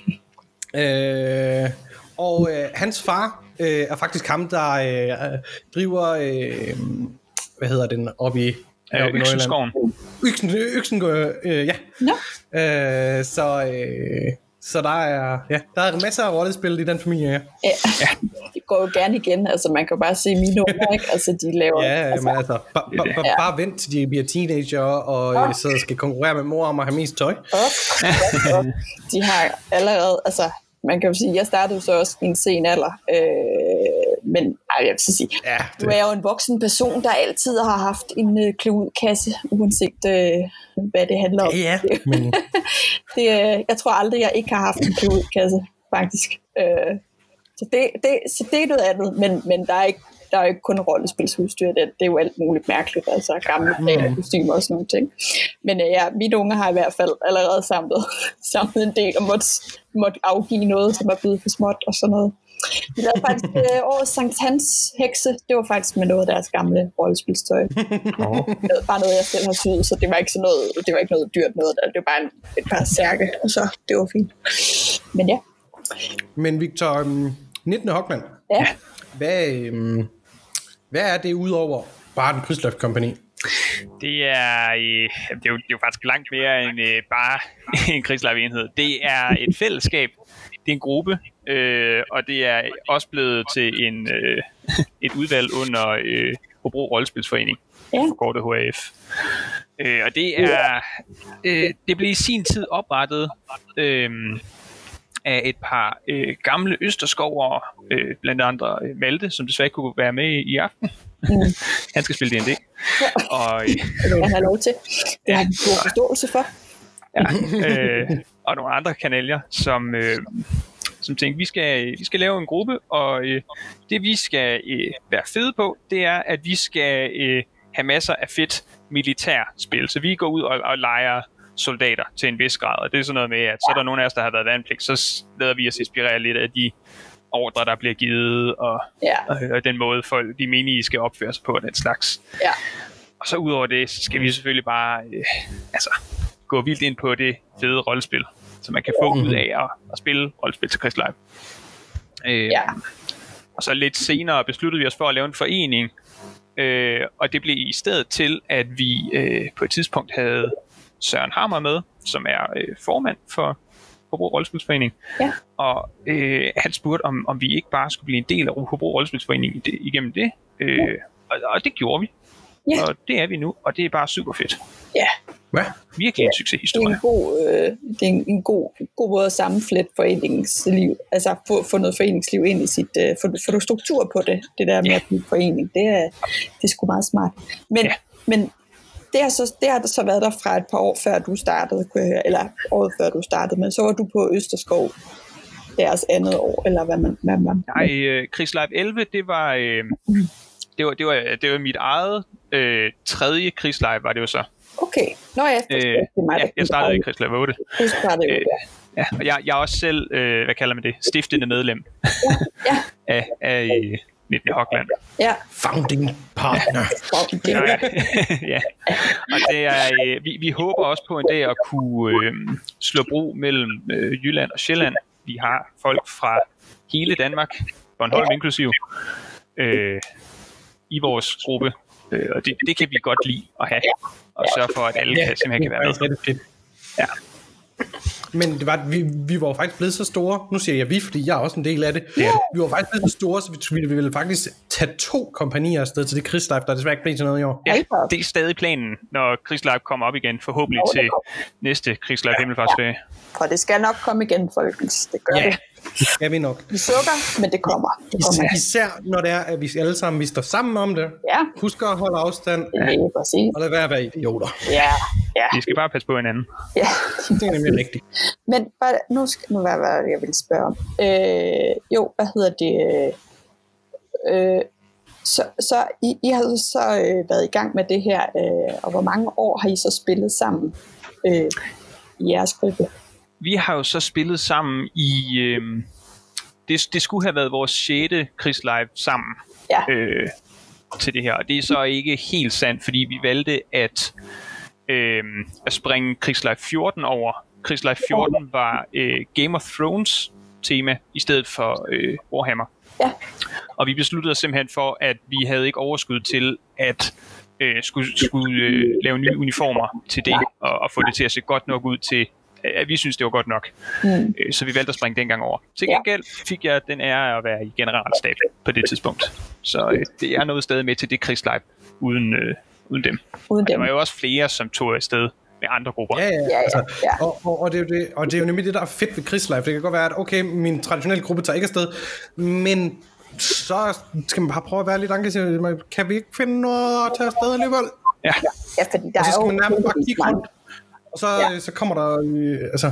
S3: øh, og øh, hans far øh, er faktisk ham, der øh, driver, øh, hvad hedder den, oppe i
S4: Ja, Øksenskoven.
S3: Øksen, øksen øh, ja.
S2: No.
S3: Øh, så... Øh, Så der er, ja, der er masser af rollespil i den familie, ja.
S2: Ja, ja. Det går jo gerne igen. Altså, man kan bare se mine unger, ikke? Altså, de laver...
S3: Ja, altså, men altså, ba, ba, ba, ja. bare vent til de bliver teenager, og okay. så skal konkurrere med mor om at have mest tøj.
S2: Op, op, op. De har allerede, altså, man kan jo sige, jeg startede så også i en sen alder, øh, men ej, jeg vil så sige, ja, du er jo en voksen person, der altid har haft en øh, kludkasse, uanset øh, hvad det handler om.
S3: Ja, ja. Men...
S2: det, øh, jeg tror aldrig, jeg ikke har haft en kludkasse, faktisk. Øh, så, det, det, så det er noget andet, men, men der er ikke der er jo ikke kun rollespilsudstyr, det, det er jo alt muligt mærkeligt, altså gamle mm. kostymer og sådan nogle ting. Men øh, ja, mine unge har i hvert fald allerede samlet, samlet en del, og måtte, måtte afgive noget, som er blevet for småt og sådan noget. Vi lavede faktisk øh, årets Sankt Hans hekse, det var faktisk med noget af deres gamle rollespilstøj. Oh. Det var bare noget, jeg selv har syet, så det var ikke sådan noget, det var ikke noget dyrt noget der, det var bare en, et par særke, og så, det var fint. Men ja.
S3: Men Victor, um, nittende Hogland,
S2: ja.
S3: hvad... Um Hvad er det udover bare den Krigslive-kompagni?
S4: Det er, øh, det, er jo, det er jo faktisk langt mere end øh, bare en Krigslive-enhed. Det er et fællesskab, det er en gruppe, øh, og det er også blevet til en, øh, et udvalg under øh, Hobro Rollespilsforening, ja. forkortet H A F. Øh, og det er, øh, det blev i sin tid oprettet øh, af et par øh, gamle østerskovere, øh, blandt andre øh, Malte, som desværre ikke kunne være med i, i aften. Mm. Han skal spille D and D. Og, øh,
S2: det vil jeg have lov til. Det har jeg en stor forståelse for.
S4: Ja, øh, og nogle andre kanalier, som, øh, som tænkte, vi skal, vi skal lave en gruppe, og øh, det vi skal øh, være fede på, det er, at vi skal øh, have masser af fedt militærspil. Så vi går ud og, og leger soldater til en vis grad, og det er sådan noget med, at så er der nogle af os, der har været vandpligt, så lader vi os inspirere lidt af de ordre, der bliver givet, og, ja. og, og den måde, folk, de menige skal opføre sig på, og den slags. Ja. Og så udover det, så skal vi selvfølgelig bare øh, altså, gå vildt ind på det fede rollespil, så man kan få mm-hmm. ud af at, at spille rollespil til Chris Live. Øh, ja. Og så lidt senere besluttede vi os for at lave en forening, øh, og det blev i stedet til, at vi øh, på et tidspunkt havde Søren Hammer med, som er øh, formand for Hobro Rollespilsforening. Ja. Og øh, han spurgte, om, om vi ikke bare skulle blive en del af Hobro Rollespilsforening igennem det. Øh, ja. og, og det gjorde vi. Ja. Og det er vi nu, og det er bare super fedt.
S2: Ja.
S3: Hvad?
S4: Virkelig en succeshistorie.
S2: Det er en god, øh, det er en, en god, god måde at sammenflette foreningsliv, altså få, få noget foreningsliv ind i sit, øh, få, få struktur på det, det der med ja. At blive forening. Det er, det er sgu meget smart. Men, ja. men det har, så, det har så været der fra et par år før du startede, eller året før du startede, men så var du på Østerskov deres andet år, eller hvad man... Hvad man
S4: Nej, øh, Chris Live elleve, det var, øh, det var, det var, det var mit eget øh, tredje Chris Live, var det jo så.
S2: Okay. Nå ja, det,
S4: øh,
S2: det er mig,
S4: ja jeg startede i Chris Live otte.
S2: Du startede
S4: øh, ja, og jeg, jeg er også selv, øh, hvad kalder man det, stiftende medlem
S2: ja, ja.
S4: af, af nitten Hogland.
S2: Ja.
S3: Founding partner.
S4: ja, ja. Og det er, øh, vi, vi håber også på en dag at kunne øh, slå bro mellem øh, Jylland og Sjælland. Vi har folk fra hele Danmark, Bornholm ja. inklusiv, øh, i vores gruppe. Øh, og det, det kan vi godt lide at have. Og sørge for, at alle ja, kan, simpelthen kan være med. Ja.
S3: Men det var, vi, vi var jo faktisk blevet så store. Nu siger jeg vi, fordi jeg er også en del af det.
S4: Ja.
S3: Vi var faktisk blevet så store, så vi, vi ville faktisk tage to kompagnier afsted til det Chris Live, der desværre ikke blev til noget i år.
S4: Ja, det er stadig planen, når Chris Live kommer op igen. Forhåbentlig til næste Chris Live Himmelfartsferie.
S2: For det skal nok komme igen, folkens. Det gør
S3: ja.
S2: det.
S3: Det skal vi nok.
S2: Vi sukker, men det kommer. Det kommer.
S3: Især når det er, at vi alle sammen vi står sammen om det.
S2: Ja.
S3: Husk at holde afstand.
S2: Ja, præcis.
S3: Og lad være at være idioter.
S2: Ja, ja.
S4: Vi skal bare passe på hinanden.
S2: Ja.
S3: Det er nemlig rigtigt.
S2: Men bare, nu skal nu være, hvad jeg vil spørge om. Øh, jo, hvad hedder det? Øh, så så I, I har så øh, været i gang med det her, øh, og hvor mange år har I så spillet sammen øh, i jeres gruppe?
S4: Vi har jo så spillet sammen i... Øh, det, det skulle have været vores sjette Chris Live sammen
S2: ja.
S4: øh, til det her. Og det er så ikke helt sandt, fordi vi valgte at, øh, at springe Chris Live fjorten over. Chris Live fjorten var øh, Game of Thrones tema i stedet for øh, Warhammer.
S2: Ja.
S4: Og vi besluttede os simpelthen for, at vi havde ikke overskud til at øh, skulle, skulle øh, lave nye uniformer til det, og, og få det til at se godt nok ud til, at vi synes, det var godt nok. Mm. Så vi valgte at springe dengang over. Til gengæld fik jeg den ære at være i generalstab på det tidspunkt. Så øh, det er noget stadig med til det Chris Live uden, øh, uden dem.
S2: Uden dem.
S4: Der var jo også flere, som tog afsted med andre grupper.
S3: Ja, ja, altså, ja. Og, og, og, det er jo det, og det er jo nemlig det, der er fedt ved Chris Live. Det kan godt være, at okay, min traditionelle gruppe tager ikke afsted, men så skal man bare prøve at være lidt engageret. Kan vi ikke finde noget at tage afsted alligevel?
S4: Ja.
S2: Ja, fordi der
S3: og så skal
S2: er
S3: man nærmest bare kigge rundt. Og så, ja. så kommer der, øh, altså,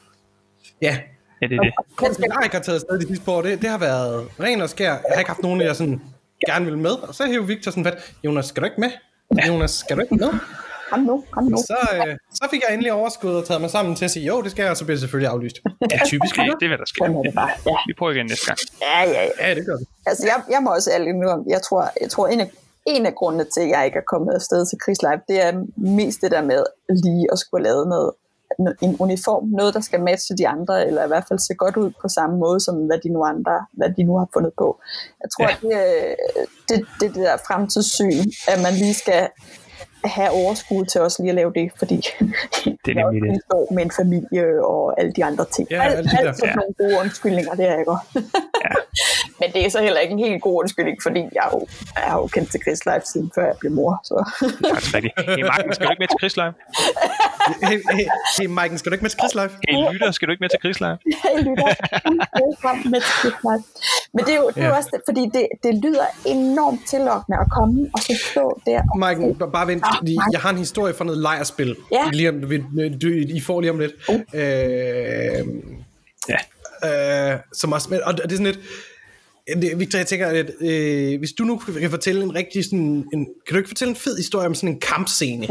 S3: ja.
S4: Ja, det er det.
S3: Grunden til, at jeg ikke har taget afsted de sidste par år, det, det har været ren og skær. Jeg har ikke haft nogen, jeg sådan gerne vil med. Og så hæver Victor sådan fat, Jonas, skal du ikke med? Ja. Jonas, skal du ikke med?
S2: Kom nu, kom nu.
S3: Så, øh, så fik jeg endelig overskud og taget mig sammen til at sige, jo, det skal jeg, og så bliver det selvfølgelig aflyst.
S4: Ja, typisk. Det, det er, hvad der sker.
S2: Det bare. Ja.
S4: Vi prøver igen næste gang.
S2: Ja, ja, ja.
S3: Ja, det gør vi.
S2: Altså, jeg, jeg må også ærligt nu om, jeg tror, jeg tror en af En af grundene til, at jeg ikke er kommet afsted til Chris Live, det er mest det der med lige at skulle lave noget, en uniform, noget der skal matche de andre, eller i hvert fald se godt ud på samme måde, som hvad de nu andre, hvad de nu har fundet på. Jeg tror, ja. at det, det, det, det der fremtidssyn, at man lige skal have overskud til også lige at lave det, fordi
S4: det er nemlig det.
S2: Står med en familie og alle de andre ting.
S3: Ja,
S2: alt alt sådan
S4: ja.
S2: nogle gode undskyldninger, det er jeg godt. Ja. Men det er så heller ikke en helt god undskyldning, fordi jeg er jo, jeg er jo kendt til Chris Live siden før jeg blev mor. Så.
S4: Det er faktisk rigtigt. Hey, Marken, skal du ikke med til Chris Live?
S3: hey, hey, hey Maiken, skal du ikke med til Krigslive?
S4: Hey lytter, skal du ikke med til Krigslive?
S2: Hey lytter, velkommen med til Krigslive. Men det er jo, det er jo
S3: Ja.
S2: også, fordi det, det lyder enormt tillokkende at komme og så stå der. Og
S3: Maiken, b- bare vent,
S2: Ah,
S3: fordi
S2: Maiken.
S3: jeg har en historie fra noget lejrspil.
S2: Ja.
S3: Lige om, vi- du, I får lige om lidt.
S2: Uh.
S3: Øh,
S4: Ja.
S3: øh, som også, men- og det er sådan lidt, det, Victor, jeg tænker, at øh, hvis du nu kan fortælle en rigtig sådan, en, kan du ikke fortælle en fed historie om sådan en kampscene?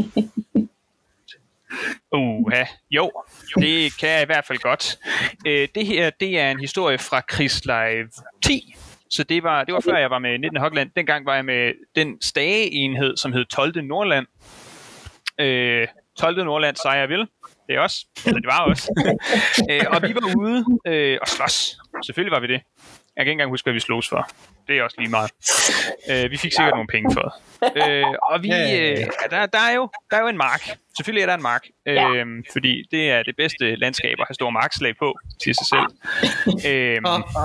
S4: Uha, jo, det kan jeg i hvert fald godt. Øh, det her, det er en historie fra Krigslive ti. Så det var, det var før jeg var med nittende Hogland. Dengang var jeg med den stageenhed, som hed tolvte Nordland. Øh, tolvte Nordland sejrer jeg vil. Det er os. Eller det var os. øh, og vi var ude øh, og slås. Selvfølgelig var vi det. Jeg kan ikke engang huske, hvad vi slogs for. Det er også lige meget. Øh, vi fik sikkert nogle penge for det. Øh, og vi, øh, der, der, er jo, der er jo en mark. Selvfølgelig er der en mark. Øh, fordi det er det bedste landskab at have store markslag på til sig selv. Øh,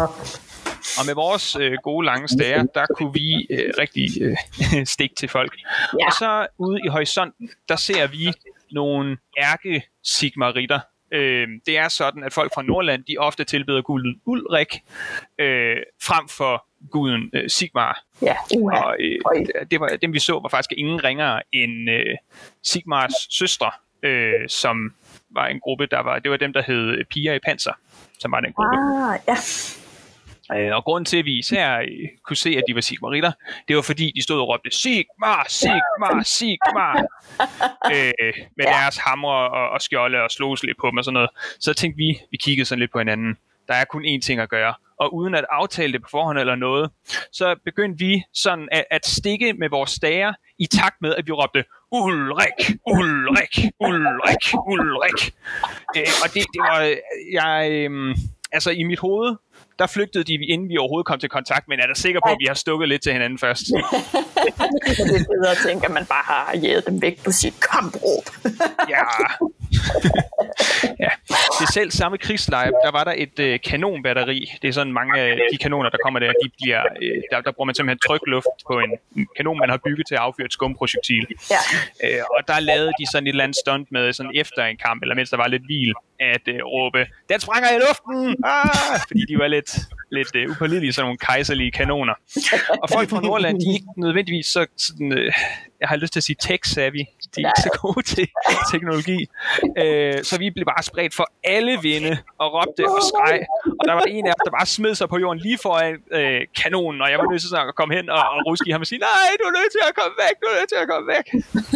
S4: og med vores øh, gode lange stager, der kunne vi øh, rigtig øh, stikke til folk.
S2: Ja.
S4: Og så ude i horisonten, der ser vi nogle ærke-sigmaritter. Øh, det er sådan, at folk fra Nordland, de ofte tilbeder guden Ulrik, øh, frem for guden øh, Sigmar.
S2: Ja, uha.
S4: Og øh, det var, dem vi så var faktisk ingen ringere end øh, Sigmars søstre, øh, som var en gruppe, der var, det var dem, der hed Piger i Panser, som var den gruppe.
S2: Ah, ja.
S4: Øh, og grunden til, at vi især øh, kunne se, at de var Sigmaritter, det var fordi, de stod og råbte Sigmar, Sigmar, Sigmar øh, med deres hamre og, og skjolde og slogs lidt på dem og sådan noget. Så tænkte vi, vi kiggede sådan lidt på hinanden. Der er kun én ting at gøre. Og uden at aftale det på forhånd eller noget, så begyndte vi sådan at, at stikke med vores stager i takt med, at vi råbte Ulrik, Ulrik, Ulrik, Ulrik. Øh, og det, det var, jeg, øh, altså i mit hoved, der flygtede de, inden vi overhovedet kom til kontakt, men er der sikker på, at vi har stukket lidt til hinanden først?
S2: Det er bedre at tænke, at man bare har jæget dem væk på sit kampråb.
S4: Ja. Ja. Det selv samme Krigslive, der var der et øh, kanonbatteri. Det er sådan mange af de kanoner, der kommer der, de bliver, øh, der, der bruger man simpelthen trykluft på en kanon, man har bygget til at affyre et skumprojektil.
S2: Ja.
S4: Øh, og der lavede de sådan et eller andet stunt med, sådan efter en kamp, eller mens der var lidt hvil, at øh, råbe, den sprænger i luften! Ah! Fordi de var lidt, lidt øh, upålidelige, sådan nogle kejserlige kanoner. Og folk fra Nordland, de er ikke nødvendigvis så sådan, øh, jeg har lyst til at sige tech-savvy. De er ikke så gode til teknologi. Øh, så vi blev bare spredt for alle vinde og råbte og skreg. Og der var en af os, der bare smed sig på jorden lige foran øh, kanonen, og jeg var nødt til at komme hen og, og ruske i ham og sige, nej, du er nødt til at komme væk, du er nødt til at komme væk.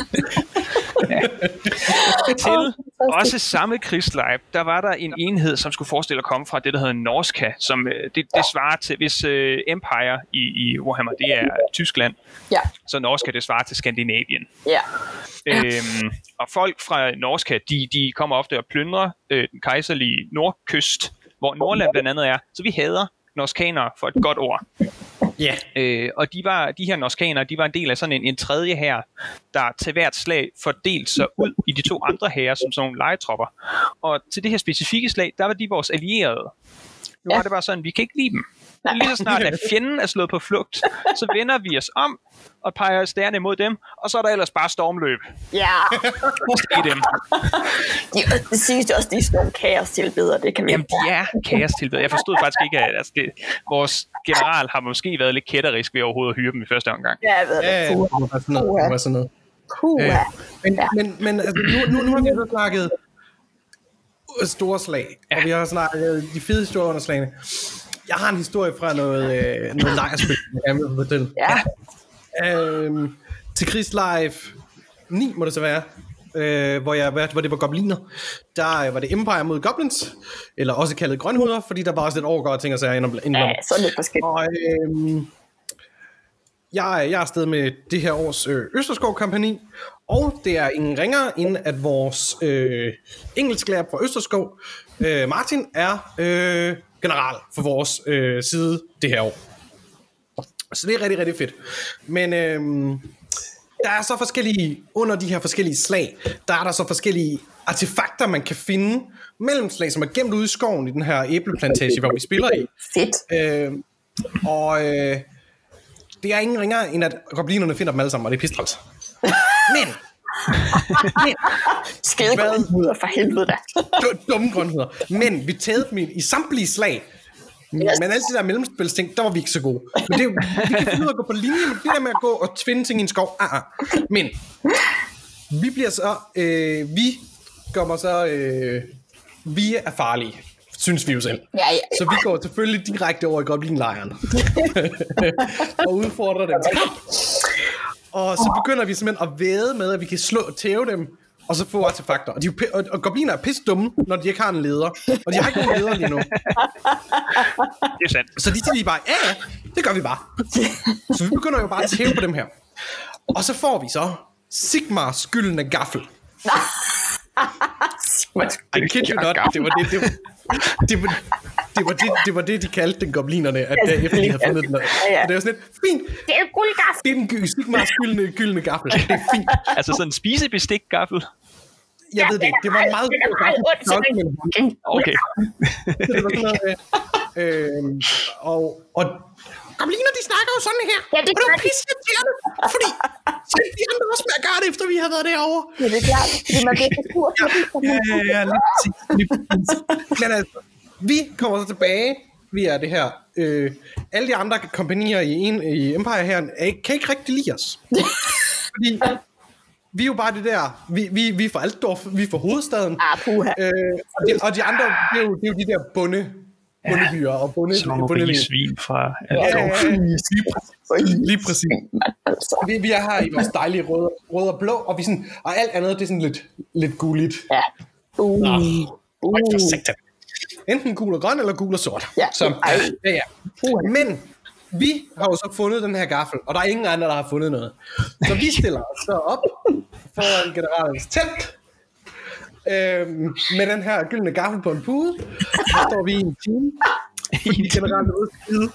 S4: Ja. Til også samme Krigslive, der var der en enhed, som skulle forestille at komme fra det, der hedder Norska, som øh, det, det svarer til, hvis øh, Empire i, i Warhammer, det er Tyskland,
S2: Ja.
S4: så Norska, det svarer til Skandinavien.
S2: Ja.
S4: Øhm, og folk fra Norska, de, de kommer ofte og plyndrer øh, den kejserlige nordkyst, hvor Nordland blandt andet er. Så vi hader norskanere for et godt ord.
S3: Ja.
S4: Øh, og de, var, de her norskanere, de var en del af sådan en, en tredje hær, der til hvert slag fordelte sig ud i de to andre hære som sådan nogle lejetropper. Og til det her specifikke slag, der var de vores allierede. Nu
S2: Ja.
S4: var det bare sådan, vi kan ikke lide dem. Men lige så snart at fjenden er slået på flugt, så vender vi os om og peger stærne imod dem, og så er der ellers bare stormløb
S2: Ja.
S4: i dem.
S2: De, det siges også, de er sådan nogle kaos-tilbedere, det kan vi.
S4: Jamen, de er kaos-tilbedere. Jeg forstod faktisk ikke, at altså, det, vores general har måske været lidt kætterisk ved overhovedet at hyre dem i første omgang.
S2: Ja, jeg ved
S3: Ja,
S2: det.
S3: det
S2: Puh.
S3: var sådan noget. Det var sådan noget.
S2: Puh.
S3: Øh, men,
S2: Ja.
S3: men, men altså, nu, nu, nu har vi så snakket store slag, og vi har snakket de fede historier under slagene. Jeg har en historie fra noget, øh, noget lejrspil, jeg vil fortælle.
S2: Ja.
S3: Øhm, til Krigslive ni må det så være, øh, hvor, jeg, hvor det var gobliner. Der øh, var det Empire mod Goblins, eller også kaldet grønhuder, fordi der var også lidt overgået ting og sager indenom.
S2: Ja, så lidt forskelligt.
S3: Og øhm, jeg, jeg er afsted med det her års øh, Østerskov-kampagni, og det er ingen ringere end at vores øh, engelsklærer fra Østerskov, øh, Martin, er øh, general for vores øh, side det her år. Så det er rigtig, rigtig fedt. Men øhm, der er så forskellige, under de her forskellige slag, der er der så forskellige artefakter, man kan finde mellem slag, som er gemt ude i skoven i den her æbleplantage, hvor vi spiller i.
S2: Fedt.
S3: Øh, og øh, det er ingen ringere, end at goblinerne finder dem alle sammen, og det er pistræls. Men
S2: Skide grønheder, for helvede da.
S3: Dumme grønheder. Men vi tædede dem i samtlige slag. Men alle de der mellemspilsting, der var vi ikke så gode. Men det, vi kan finde ud af at gå på linje, men det der med at gå og tvinde ting i en skov, ah, ah. Men vi bliver så, øh, vi kommer så, øh, vi er farlige, synes vi jo selv.
S2: Ja, ja.
S3: Så vi går selvfølgelig direkte over i goblinlejren og udfordrer dem. Og så begynder vi simpelthen at væde med, at vi kan slå og tæve dem, og så få artefakter. Og, de, og, og gobliner er pisse dumme, når de ikke har en leder. Og de har ikke nogen leder lige nu.
S4: Det er sandt.
S3: Så de siger lige bare, ja, ja, det gør vi bare. Så vi begynder jo bare at tæve på dem her. Og så får vi så Sigmars gyldne gaffel. I kid you not, det var det, det var, det var, det var det, det var det, de kaldte den goblinerne, at der efter de havde fundet den. Og det var sådan lidt, fint.
S2: Det er guldgaffel.
S3: Det er den gy- Sigmars gyldne, gyldne gaffel. Det er fint.
S4: Altså sådan en spisebestik-gaffel.
S3: Jeg ved det ikke. Det var en meget god gaffel.
S4: Okay.
S3: Det var sådan noget, øh, og, og gobliner, de snakker jo sådan her.
S2: Ja, det
S3: og det
S2: gør
S3: var pisse irriterende, fordi selv de andre også med at gøre det, efter vi har været derovre.
S2: Ja, det er klart, fordi man bliver så sur.
S3: Ja, ja, ja, lige præcis. Lige præcis. Men altså, vi kommer så tilbage. Vi er det her. Øh, alle de andre kompagnier i, en, i Empire her kan ikke rigtig lide os. Fordi vi er jo bare det der, vi, vi, vi er fra Altdorf, vi er fra hovedstaden.
S2: Ah, puha.
S3: Øh, og, de, og de andre, det er jo, det er jo de der bunde, bundebyer og bunde,
S4: Sådan nogle rige svin fra
S3: Altdorf. Ja, lige præcis. Lige præcis.
S2: Altså.
S3: Vi, vi er her i vores dejlige røde, røde og blå, og, vi sådan, og alt andet, det er sådan lidt, lidt guligt.
S2: Ja. Uh.
S3: Nå,
S2: Uh.
S3: enten gul og grøn, eller gul og sort.
S2: Ja.
S3: Så, ja, ja. Men vi har jo så fundet den her gaffel, og der er ingen andre, der har fundet noget. Så vi stiller os så op foran generalens telt, øhm, med den her gyldne gaffel på en pude. Så står vi i en time, fordi generalen er ude til skide.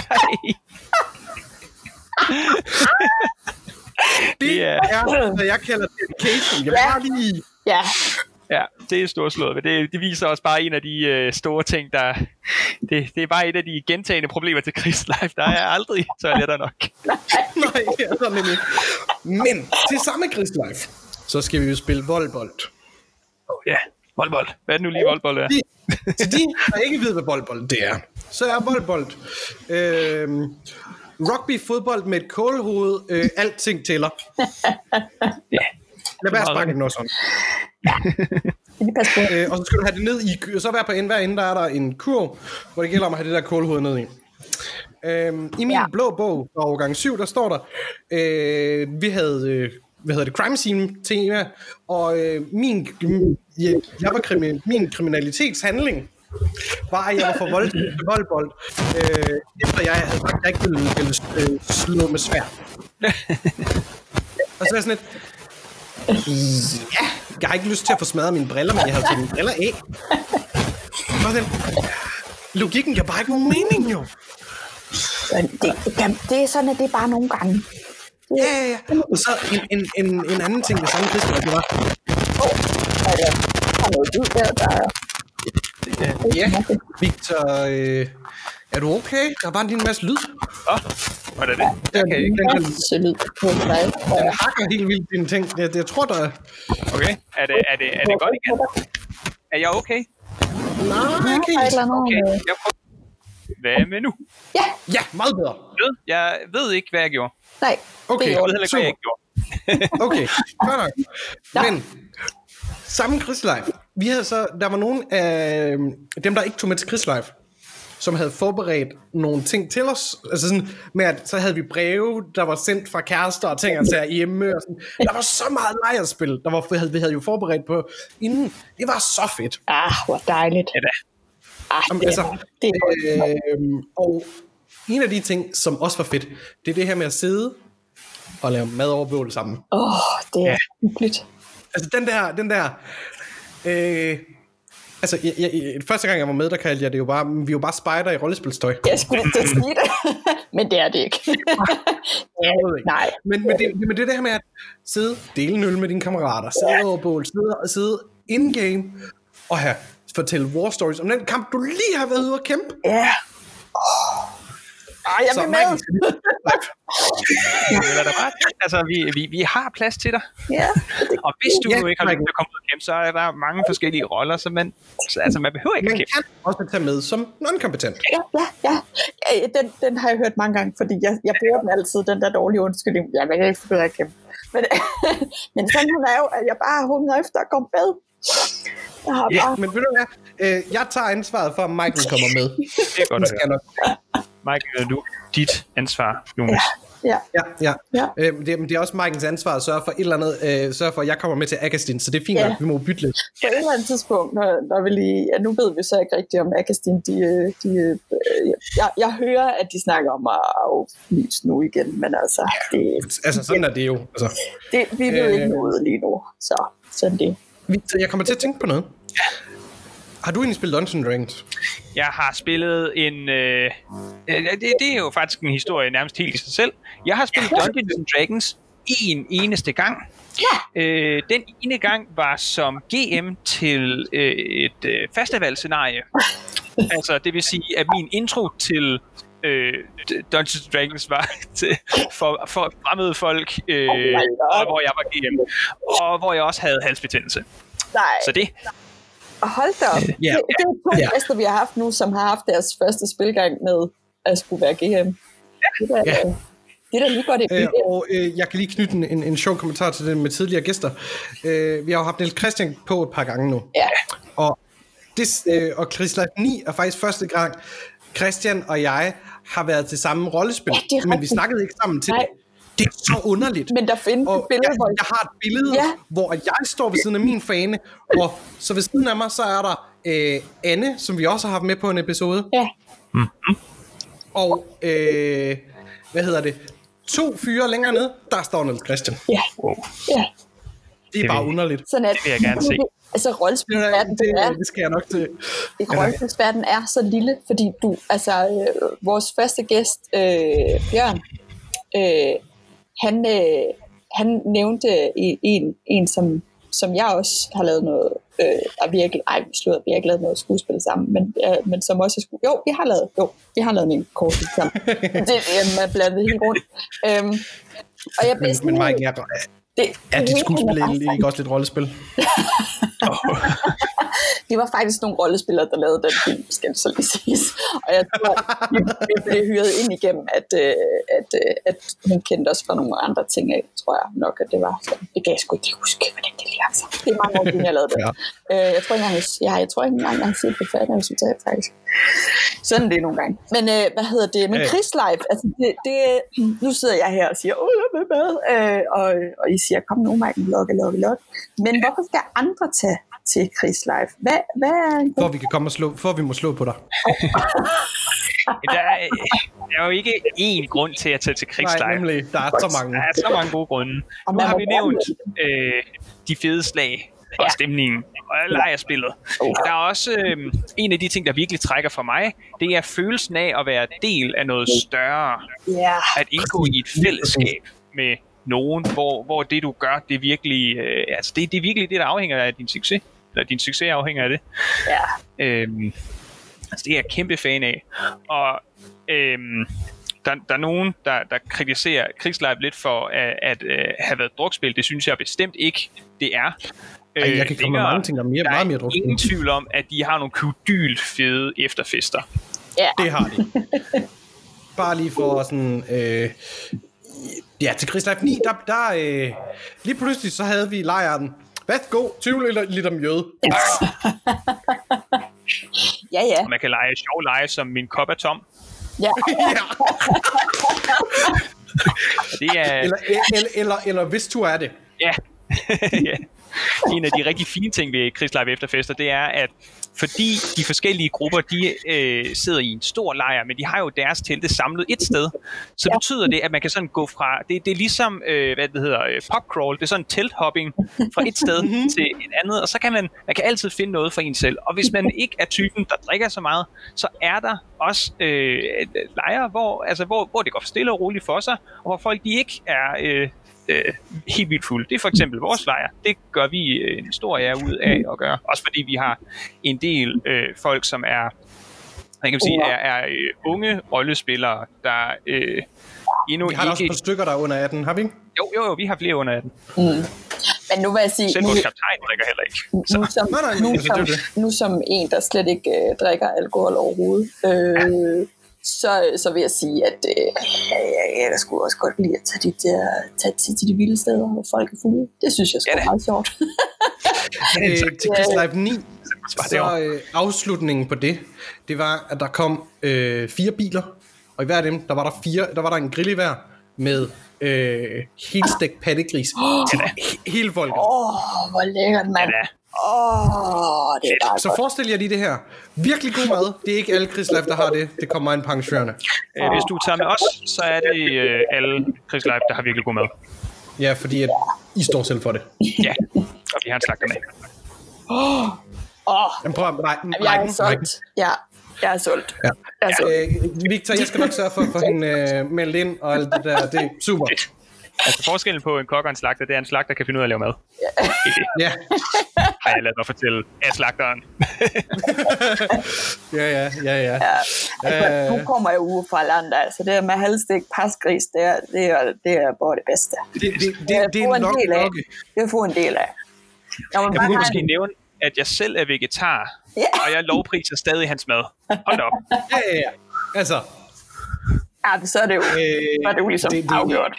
S3: Det er, hvad jeg kalder dedication. Jeg vil bare lige...
S2: Ja.
S4: Ja, det er storslået, men det, det viser også bare en af de øh, store ting, der... Det, det er bare et af de gentagende problemer til Krigslife. Der er aldrig toiletter nok.
S3: Nej, det er sådan nemlig. Men til samme Krigslife, så skal vi jo spille voldbold.
S4: Oh, ja, voldbold. Hvad er det nu lige voldbold er?
S3: De, til de, der ikke ved, hvad voldbold det er, så er voldbold øh, rugby, fodbold med et kålhoved, øh, alting tæller.
S4: Ja.
S3: Lad være at sparke den også sådan. øh, og så skal du have det ned i, så hver på en, hver ende, der er der en kurv, hvor det gælder om at have det der kålhoved ned i. Øhm, I min ja. blå bog fra årgang syv, der står der, øh, vi havde, øh, hvad hedder det, crime scene tema, og øh, min, jeg, jeg var krimi, min kriminalitetshandling var, at jeg var for vold, voldbold, øh, efter jeg havde sagt, at jeg ikke ville, ville øh, slå med sværd. Og så er jeg sådan lidt, ja, jeg har ikke lyst til at få smadret mine briller, men jeg havde taget mine briller af. Og den, logikken giver bare ikke nogen mening, jo.
S2: Det, det, det er sådan, at det er bare nogle gange.
S3: Ja, ja, ja. Og så en, en, en, en anden ting, det samme Christian, det var...
S2: Åh, oh, er det? Der er noget lyd der, der er...
S3: Ja, Victor, øh, er du okay? Der er bare en lille masse lyd.
S4: Åh, hvad er det? Jeg kan ikke
S2: lide lyd på dig.
S3: Den hakker helt vildt dine ting. Jeg, jeg tror, der er...
S4: Okay, er det, er det, er det godt igen? Er jeg okay?
S3: Nej, okay.
S4: Okay, jeg prøver. Hvad med nu?
S2: Ja.
S3: Ja, meget bedre.
S4: Jeg ved ikke, hvad jeg gjorde.
S2: Nej.
S3: Okay,
S4: jeg ved heller ikke, hvad jeg ikke gjorde.
S3: Okay, godt nok. Men, samme Krigslife. Vi havde så, der var nogle af dem, der ikke tog med til Krigslife, som havde forberedt nogle ting til os. Altså sådan med, at så havde vi breve, der var sendt fra kærester og ting, altså hjemme. Og sådan. Der var så meget lejerspil, der var, vi, havde, vi havde jo forberedt på inden. Det var så fedt.
S2: Ah, hvor dejligt.
S4: Ja da.
S2: Ah,
S3: Jamen,
S2: det,
S3: altså,
S2: det er
S3: øh, og en af de ting, som også var fedt, det er det her med at sidde og lave mad over bål sammen.
S2: Åh, oh, det er hyggeligt.
S3: Altså den der, den der, øh, altså jeg, jeg, første gang jeg var med, der kaldte jeg det jo bare, vi er jo bare spejder i rollespilstøj.
S2: Jeg skulle ikke sige det, men det er det ikke.
S3: Ja, nej. Men, men, det, men det er det her med at sidde, dele en øl med dine kammerater, sidde over bål, sidde, sidde in-game, og her fortælle war stories om den kamp, du lige har været ude at kæmpe.
S2: Ja. Ej, jeg vil med.
S4: Eller der bare, altså, vi, vi, vi har plads til dig.
S2: Ja.
S4: Og hvis du
S3: Ja,
S4: ikke har lyst til at komme ud og kæmpe, så er der mange forskellige roller, så man, så, altså, man behøver ikke
S3: Man
S4: at kæmpe.
S3: kan også tage med som non-kompetent.
S2: Ja, ja, ja. ja den, den har jeg hørt mange gange, fordi jeg, jeg bruger den altid, den der dårlige undskyldning. Jeg vil ikke få at kæmpe. Men, men sådan hun er jo, at jeg bare hungrer efter at komme med. Jeg har
S3: Ja,
S2: bare...
S3: men ved du hvad? Øh, jeg tager ansvaret for, at Michael kommer med.
S4: Det er godt at høre. Michael, er du dit ansvar, Jonas?
S2: Ja.
S3: Ja, ja.
S2: Ja.
S3: Øh, det, det er også Michaels ansvar at sørge for et eller andet, øh, sørge for, at jeg kommer med til Agastin, så det er fint,
S2: Ja.
S3: at vi må bytte lidt.
S2: På et eller andet tidspunkt, når, når vi lige... Ja, nu ved vi så ikke rigtigt om Agastin, de... de øh, jeg, jeg hører, at de snakker om at aflyse nu igen, men altså... Det,
S3: Altså, sådan er det jo. Altså,
S2: det, vi ved
S3: Øh.
S2: ikke noget lige nu, så sådan det.
S3: vi, jeg kommer til at tænke på noget. Har du egentlig spillet Dungeons and Dragons?
S4: Jeg har spillet en... Øh, det, det er jo faktisk en historie nærmest helt i sig selv. Jeg har spillet Dungeons and Dragons en eneste gang.
S2: Ja.
S4: Øh, den ene gang var som G M til øh, et øh, festivalscenarie. Altså, det vil sige, at min intro til øh, Dungeons and Dragons var til, for, for fremmede folk, øh,
S2: Oh my God.
S4: og hvor jeg var G M. Og hvor jeg også havde halsbetændelse.
S2: Nej.
S4: Så det...
S2: Og hold da op.
S3: Ja.
S2: Det, det er to
S3: Ja.
S2: gæster, vi har haft nu, som har haft deres første spilgang med at skulle være G M. Det er da,
S3: Ja.
S2: det er da lige godt i
S3: Øh, og øh, jeg kan lige knytte en, en, en sjov kommentar til det med tidligere gæster. Øh, vi har jo haft Niels Christian på et par gange nu.
S2: Ja.
S3: Og, det, øh, og Chris Life ni er faktisk første gang, Christian og jeg har været til samme rollespil.
S2: Ja, det er
S3: men vi
S2: rigtigt.
S3: snakkede ikke sammen til
S2: Nej.
S3: det. Det er så underligt.
S2: Men der findes
S3: Og
S2: et billede,
S3: jeg,
S2: hvor...
S3: jeg har et billede,
S2: Ja.
S3: ja. hvor jeg står ved siden af min fane, og så ved siden af mig, så er der øh, Anne, som vi også har haft med på en episode,
S2: Ja.
S3: og øh, hvad hedder det? To fyre længere ned, der står Niels Christian.
S2: Ja. Ja.
S3: Det er
S4: Det
S3: bare
S4: vil-
S3: underligt.
S2: Sådan at,
S4: vil jeg gerne se.
S2: Altså,
S3: Det,
S2: rollespilsverden, det er,
S3: det, det skal jeg nok til.
S2: rollespilsverden er så lille, fordi du, altså, øh, vores første gæst, øh, Bjørn, øh, han, øh, han nævnte i- en, en som, som jeg også har lavet noget, øh, der virkelig, ej, vi slået, vi har ikke lavet noget skuespil sammen, men, øh, men som også er sku, jo, vi har lavet, jo, vi har lavet en kort sammen. Det er blandet helt rundt. Øhm, og jeg blev
S3: Men,
S2: sådan,
S3: men Mike, jeg,
S2: det,
S3: er dit
S2: det
S3: skuespil
S2: hele
S3: egentlig ikke også lidt rollespil?
S2: Det var faktisk nogle rollespillere, der lavede den film, skal det så lige siges. Og jeg tror, vi, vi blev hyret ind igennem, at, øh, at, øh, at hun kendte os fra nogle andre ting af, tror jeg nok, at det var. Så det kan jeg sgu ikke huske, hvordan det lige altså. Det er mange år siden, jeg lavede det.
S3: Ja.
S2: Øh, jeg tror ikke engang, jeg, jeg, jeg, tror ikke engang, jeg har set det færdige resultat, faktisk. Sådan det er nogle gange. Men øh, hvad hedder det? Men
S3: Ja.
S2: Chris Live, altså det, det, nu sidder jeg her og siger, åh, jeg vil med, øh, og, og I siger, kom nu, Mike, logge, logge, logge. Men hvorfor skal andre tage til Chris Live? Hvad, hvad er...
S3: For vi kan komme og slå, for vi må slå på dig.
S4: Der er, der er jo ikke én grund til at tage til Krigs
S3: Nej,
S4: Live.
S3: nemlig. Der er så mange.
S4: Der er så mange gode grunde.
S2: Og
S4: Nu
S2: man
S4: har
S2: må
S4: vi
S2: gerne
S4: nævnt
S2: vælge.
S4: øh, de fede slag og
S2: Ja.
S4: stemningen og lejrspillet. Der er også øh, en af de ting, der virkelig trækker for mig, det er følelsen af at være del af noget større.
S2: Ja,
S4: At indgå i et fællesskab med nogen, hvor, hvor det du gør, det er virkelig, øh, altså det, det er virkelig det, der afhænger af din succes. Eller din succes afhænger af det.
S2: ja.
S4: Øhm, altså det er jeg kæmpe fan af. Og øhm, der, der er nogen, der, der kritiserer Krigslive lidt for at, at øh, have været drukspil. Det synes jeg bestemt ikke, det er.
S3: Ej, jeg kan komme med
S4: længere.
S3: mange ting, der er mere,
S4: Der
S3: meget mere
S4: er
S3: druk.
S4: ingen tvivl om, at de har nogle kudyl fede efterfester.
S2: Ja.
S3: Det har de. Bare lige for sådan... Øh, ja, til Chris Life ni, der... der øh, lige pludselig så havde vi lejren. Værsgo, tyve liter, liter mjøde.
S2: Ja, ja.
S4: Og man kan lege sjov lege, som min kop er tom.
S2: Ja.
S4: Det er...
S3: Eller, eller, eller, eller hvis du er det.
S4: Ja. Ja. En af de rigtig fine ting ved Krigslive efterfester, det er, at fordi de forskellige grupper, de øh, sidder i en stor lejr, men de har jo deres telte samlet et sted, så
S2: Ja.
S4: betyder det, at man kan sådan gå fra, det, det er ligesom, øh, hvad det hedder, øh, popcrawl, det er sådan telthopping fra et sted til et andet, og så kan man, man kan altid finde noget for en selv, og hvis man ikke er typen, der drikker så meget, så er der også øh, lejre, hvor, altså, hvor, hvor det går stille og roligt for sig, og hvor folk de ikke er... Øh, Øh, helt vildt fuld. Det er for eksempel vores lejr. Det gør vi øh, en stor ære ud af at gøre. Også fordi vi har en del øh, folk, som er jeg kan sige, er, er øh, unge rollespillere, der øh, endnu
S3: Vi har
S4: ikke...
S3: også et par stykker, der er under atten, har vi ikke?
S4: Jo, jo, jo, vi har flere under atten.
S2: Mm. Men nu vil jeg sige...
S4: Selv
S2: nu,
S4: vores kaptajn drikker heller ikke. Så.
S2: Nu som,
S3: Nej, nej,
S2: nu,
S3: altså, det er
S2: som, nu som en, der slet ikke øh, drikker alkohol overhovedet, øh, så, så vil jeg sige, at øh, jeg, jeg kan sgu også godt lide at tage, de der, tage til, til de vilde steder, hvor folk er fulde. Det synes jeg sgu er meget sjovt.
S3: øh, til Quiz Live ni, så øh, afslutningen på det, det var, at der kom øh, fire biler, og i hver af dem, der var der, fire, der, var der en grill i hver, med øh, helt stegt pattegris til he- hele folket.
S2: Åh, oh, hvor lækkert, mand. Åh, oh, det er bare
S3: Så
S2: godt.
S3: forestil jer lige det her. Virkelig god mad. Det er ikke alle Quiz Live, der har det. Det kommer ind på arrangørerne.
S4: Øh, hvis du tager med os, så er det øh, alle Chris Live, der har virkelig god mad.
S3: Ja, fordi at I står selv for det.
S4: Ja, og vi har en slagter med.
S2: Åh, oh,
S3: Men prøv at... Nej,
S2: jeg er
S3: nej,
S2: solgt. Ja, jeg er solgt.
S3: Ja.
S2: Jeg er solgt.
S3: Øh, Victor, jeg skal nok sørge for at få hende øh, meldt ind og alt det der. Det er super.
S4: Altså forskellen på en kok og en slagter, det er, at en slagter kan finde ud af at lave mad.
S3: Ja.
S4: Har jeg ladet mig fortælle af slagteren.
S3: Ja, ja, ja, ja.
S2: Ja, altså, nu kommer jeg ude fra landet, altså det med halvstik pasgris, det er, det er, det er bare det bedste.
S3: Det, det, det, det er nok nok.
S2: Det får en del af. Når man
S4: Jeg
S2: bare
S4: kunne
S2: har
S4: måske
S2: en-
S4: nævne, at jeg selv er vegetar,
S2: Ja.
S4: og jeg lovpriser stadig hans mad. Hold da op.
S3: Ja, ja, ja. Altså,
S2: Ja, så er det jo, så er det jo ligesom
S3: det- det-
S2: afgjort.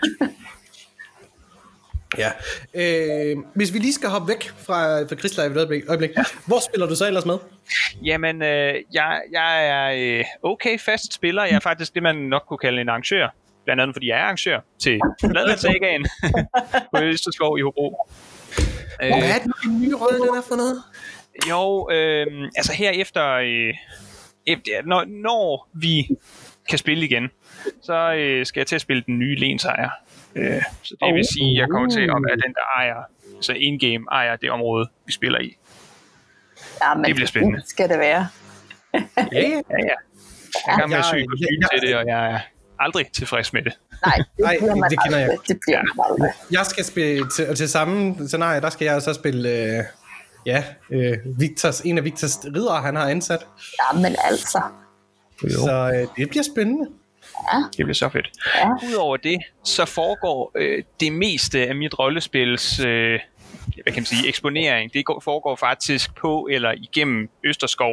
S3: ja. Øh, hvis vi lige skal hoppe væk fra, fra Chris Live et øjeblik, øjeblik. Hvor spiller du så ellers med?
S4: Jamen, øh, jeg, jeg er øh, okay fast spiller. Jeg er faktisk det, man nok kunne kalde en arrangør. Blandt andet, fordi jeg er arrangør til Fladlandsagaen på Østerskov i Hobro.
S3: Hvad er den nye rolle, den er for noget?
S4: Jo, øh, altså herefter, øh, efter, når, når vi kan spille igen, så øh, skal jeg til at spille den nye lensejer. Øh, så det vil sige, at jeg kommer til at være den, der ejer, så in-game ejer det område, vi spiller i.
S2: Ja, men
S4: Det bliver spændende.
S2: skal det være.
S3: Ja, ja.
S4: Ja, ja. Jeg er i gang med at sy
S3: Jeg-
S4: kostyme
S3: jeg-
S4: til det, og jeg er aldrig tilfreds med det.
S2: Nej, det
S3: Nej,
S2: bliver man
S3: det kender jeg.
S2: aldrig. Det bliver man aldrig.
S3: Jeg skal spille til, til samme scenarie, der skal jeg så spille, øh, ja, øh, Victors, en af Victors riddere, han har ansat.
S2: Ja, men altså.
S3: Så øh, det bliver spændende.
S4: Det bliver så fedt.
S2: Ja.
S4: Udover det, så foregår øh, det meste af mit rollespils, øh, hvad kan man sige, eksponering, det går, foregår faktisk på eller igennem Østerskov.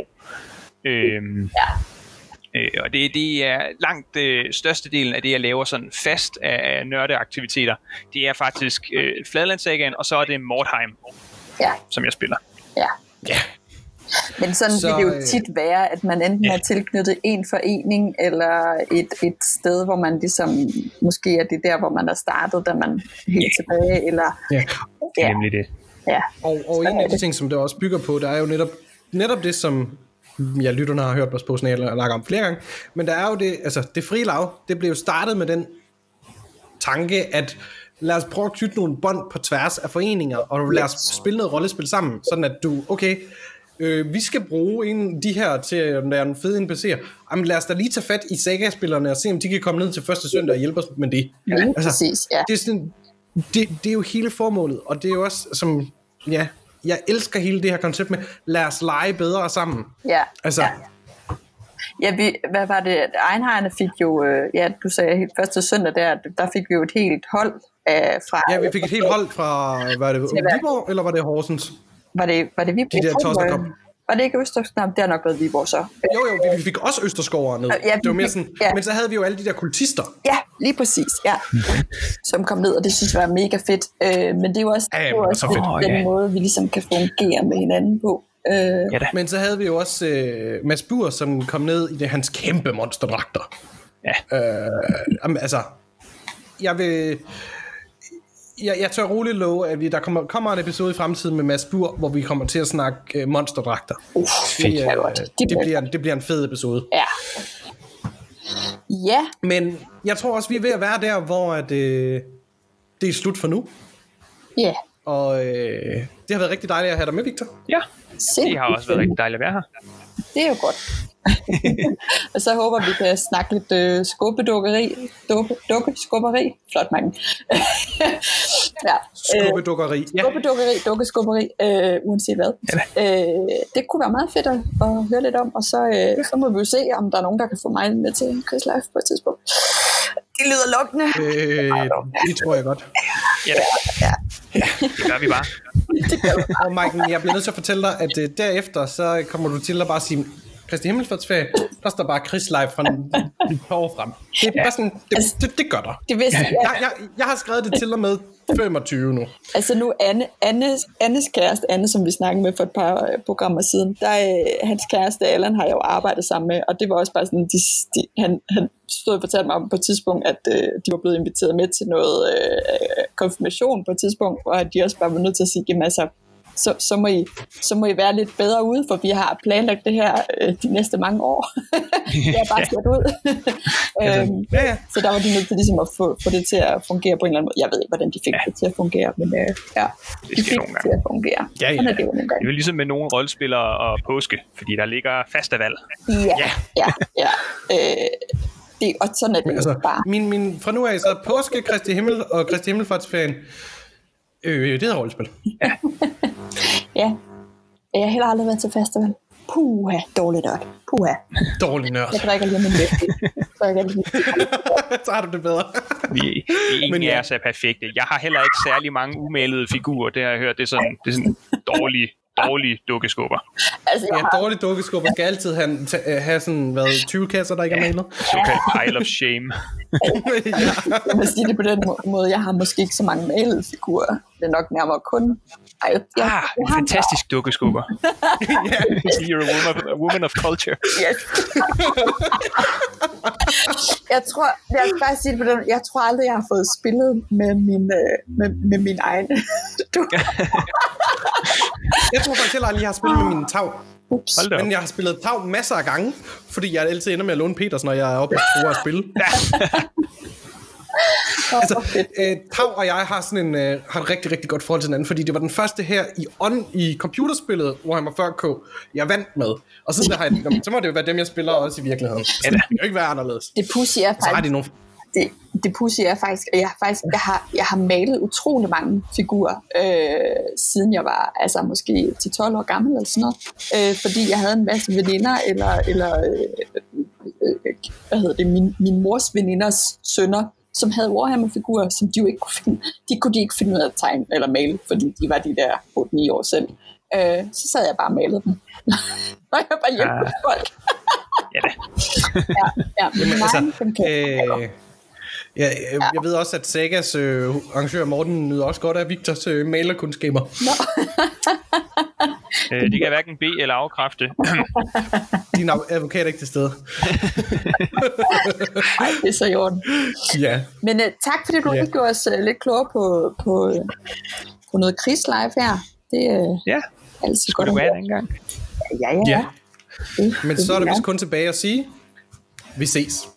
S4: Øhm,
S2: Ja.
S4: øh, og det, det er langt øh, størstedelen af det, jeg laver sådan fast af, af nørdeaktiviteter. Det er faktisk øh, Fladlandsagaen, og så er det Mordheim,
S2: Ja,
S4: som jeg spiller.
S2: ja.
S3: Ja.
S2: Men sådan
S3: Så,
S2: vil det jo
S3: øh,
S2: tit være, at man enten
S4: ja.
S2: er tilknyttet en forening, eller et, et sted, hvor man ligesom, måske er det der, hvor man er startet, da man er helt tilbage, eller
S3: Ja.
S4: Det er
S2: ja,
S4: nemlig det.
S2: ja.
S3: Og, og en af de ting, som det også bygger på, der er jo netop, netop det, som jeg lytterne har hørt os på sådan eller lagt om flere gange, men der er jo det, altså det frie lav, det blev jo startet med den tanke, at lad os prøve at knytte nogle bånd på tværs af foreninger, og lad os spille noget rollespil sammen, sådan at du, okay, øh, vi skal bruge en af de her til at lære nogle fede N P C'er. Jamen lad os da lige tage fat i Saga-spillerne og se, om de kan komme ned til første søndag og hjælpe os med det.
S2: Lige præcis, ja.
S3: Det er, sådan, det, det er jo hele formålet, og det er jo også som, ja, jeg elsker hele det her koncept med, lad os lege bedre sammen.
S2: Ja,
S3: Altså,
S2: ja. Ja, vi, hvad var det? Egenhejerne fik jo, øh, ja, du sagde helt første søndag der, der fik vi jo et helt hold af, fra...
S3: ja, vi fik et helt hold fra, var det
S2: hvad?
S3: Viborg, eller var det Horsens?
S2: Var det, var det Viborg?
S3: De der tosser kom.
S2: Var det ikke Østerskov? Nej, det har nok været Viborg så.
S3: Jo, jo, vi fik også Østerskovere ned.
S2: Ja,
S3: Det var mere
S2: vi-
S3: sådan,
S2: ja.
S3: men så havde vi jo alle de der kultister.
S2: Ja, lige præcis, ja. Som kom ned, og det synes jeg var mega fedt. Øh, men det er jo også,
S3: Ja,
S2: det er
S3: men
S2: jo også
S3: så fedt.
S4: Åh,
S2: den
S4: ja.
S2: måde, vi ligesom kan fungere med hinanden på. Øh,
S4: Ja da.
S3: Men så havde vi jo også øh, Mads Bur, som kom ned i det, hans kæmpe monsterdragter.
S4: Ja.
S3: Øh, jamen, altså, jeg vil... Jeg, jeg tør roligt love, at vi, der kommer, kommer en episode i fremtiden med Mads Bur, hvor vi kommer til at snakke øh, monsterdragter.
S2: uh,
S3: Det,
S2: er
S3: øh,
S2: godt.
S3: det, bliver, det bliver en fed episode.
S2: Ja. Ja,
S3: Men jeg tror også, vi er ved at være der, hvor at, øh, det er slut for nu.
S2: ja.
S3: Og øh, det har været rigtig dejligt at have dig med, Victor.
S4: Ja,
S2: Sindssygt
S4: det har også været rigtig dejligt at være her.
S2: Det er jo godt. Og så håber vi kan snakke lidt øh, skubbedukkeri. Dukke, dukke, skubberi. Flot, mange. Ja.
S3: Skubbedukkeri.
S2: Ja. Skubbedukkeri, dukkeskubberi, øh, uanset hvad. Ja. Øh, det kunne være meget fedt at, at høre lidt om, og så, øh, så må vi jo se, om der er nogen, der kan få mig med til Chris Live på et tidspunkt. Det lyder lukkende.
S3: Øh, det tror jeg godt.
S4: Ja, ja. Ja, det gør vi bare.
S3: Og Mike, jeg bliver nødt til at fortælle dig, at uh, derefter, så kommer du til at bare sige, Kristi Himmelfartsferie, der står bare Chris Live fra et par år frem. Det er ja. bare sådan, det, det, det gør der.
S2: Det vidste jeg.
S3: Jeg, jeg, jeg har skrevet det til og med femogtyve nu.
S2: Altså nu, Anne, Annes, Annes kæreste, Anne, som vi snakkede med for et par øh, programmer siden, der øh, hans kæreste, Allan, har jeg jo arbejdet sammen med, og det var også bare sådan, de, de, han, han stod og fortalte mig om på et tidspunkt, at øh, de var blevet inviteret med til noget øh, konfirmation på et tidspunkt, og at de også bare var nødt til at sige, jamen altså, Så, så, må I, så må I være lidt bedre ude, for vi har planlagt det her øh, de næste mange år. Det er bare sat ud. øhm, ja, ja. Så der var de nødt til ligesom at få, få det til at fungere på en eller anden måde. Jeg ved ikke, hvordan de fik ja. det til at fungere, men øh, ja, de fik det til at fungere.
S4: Ja, ja. Det, det er jo ligesom med nogle rollespillere og påske, fordi der ligger fastevalg.
S2: Ja, ja, ja. ja. Øh, det, og sådan er det
S3: altså,
S2: bare.
S3: Min, min, fra nu af så påske, Kristi Himmel og Kristi Himmelfartsferien, øh, det er rollespil.
S2: Ja. Ja, jeg har heller aldrig været til festival. Puha, dårlig nørd. Puha.
S3: Dårlig nørd.
S2: Jeg drikker lige min vægt.
S3: Så har du det bedre.
S4: Vi, ingen af os er perfekte. Jeg har heller ikke særlig mange umalede figurer. Det har jeg hørt. Det er sådan, det er sådan dårlige, dårlige dukkeskubber.
S2: Altså,
S3: ja, har... dårlige dukkeskubber skal altid have, have sådan, hvad, tyve kasser, der ikke er malet.
S4: Såkaldt pile of shame.
S2: Ja. Jeg må sige det på den måde. Jeg har måske ikke så mange malede figurer. Det er nok nærmere kun... Ej, jeg,
S4: ah, jeg en fantastisk dukkeskubber. You're a woman, a woman of culture.
S2: Yes. Jeg tror, jeg skal bare sige det på den, jeg tror aldrig, jeg har fået spillet med min, med, med min egen.
S3: Jeg tror faktisk heller aldrig, jeg har spillet med min tav.
S2: Ups.
S3: Men jeg har spillet tav masser af gange, fordi jeg altid ender med at låne Peters, når jeg er oppe og at spille. Altså, øh, Tav og jeg har sådan en øh, har et rigtig, rigtig godt forhold til hinanden, fordi det var den første her i on i computerspillet, hvor han var fyrre K, jeg vandt med. Og så, har jeg, så må det jo være dem, jeg spiller også i virkeligheden. Så det kan jo ikke være anderledes.
S2: Det pussy er faktisk...
S3: Så har de nogle...
S2: Det, det pussy er faktisk, jeg har faktisk, jeg har, jeg har malet utrolig mange figurer, øh, siden jeg var, altså måske til tolv år gammel eller sådan noget, øh, fordi jeg havde en masse veninder, eller, eller øh, øh, hvad hedder det, min, min mors veninders sønner, som havde Warhammer-figurer, som de jo ikke kunne finde, de kunne de ikke finde ud af at tegne eller male, fordi de var de der otte ni år selv. Øh, så sad jeg bare og malede dem. Og jeg bare hjælpede ja. folk.
S4: Ja da.
S2: ja, ja.
S3: Jamen, altså, øh, ja, jeg, jeg ved også, at Sagas øh, arrangør Morten nyder også godt af Victors øh, malerkundskaber.
S2: No.
S4: øh, de kan hverken bede eller afkræfte.
S3: Din advokat er ikke til stede.
S2: Ej, det er så i orden.
S3: Ja.
S2: Men uh, tak fordi du yeah. gjorde os uh, lidt klogere på, på, på noget Chris Live her. Det er uh,
S4: ja.
S2: altid godt
S4: at være dengang.
S2: Ja, ja, ja.
S3: ja. Det, Men det, så er det vist kun tilbage at sige, vi ses.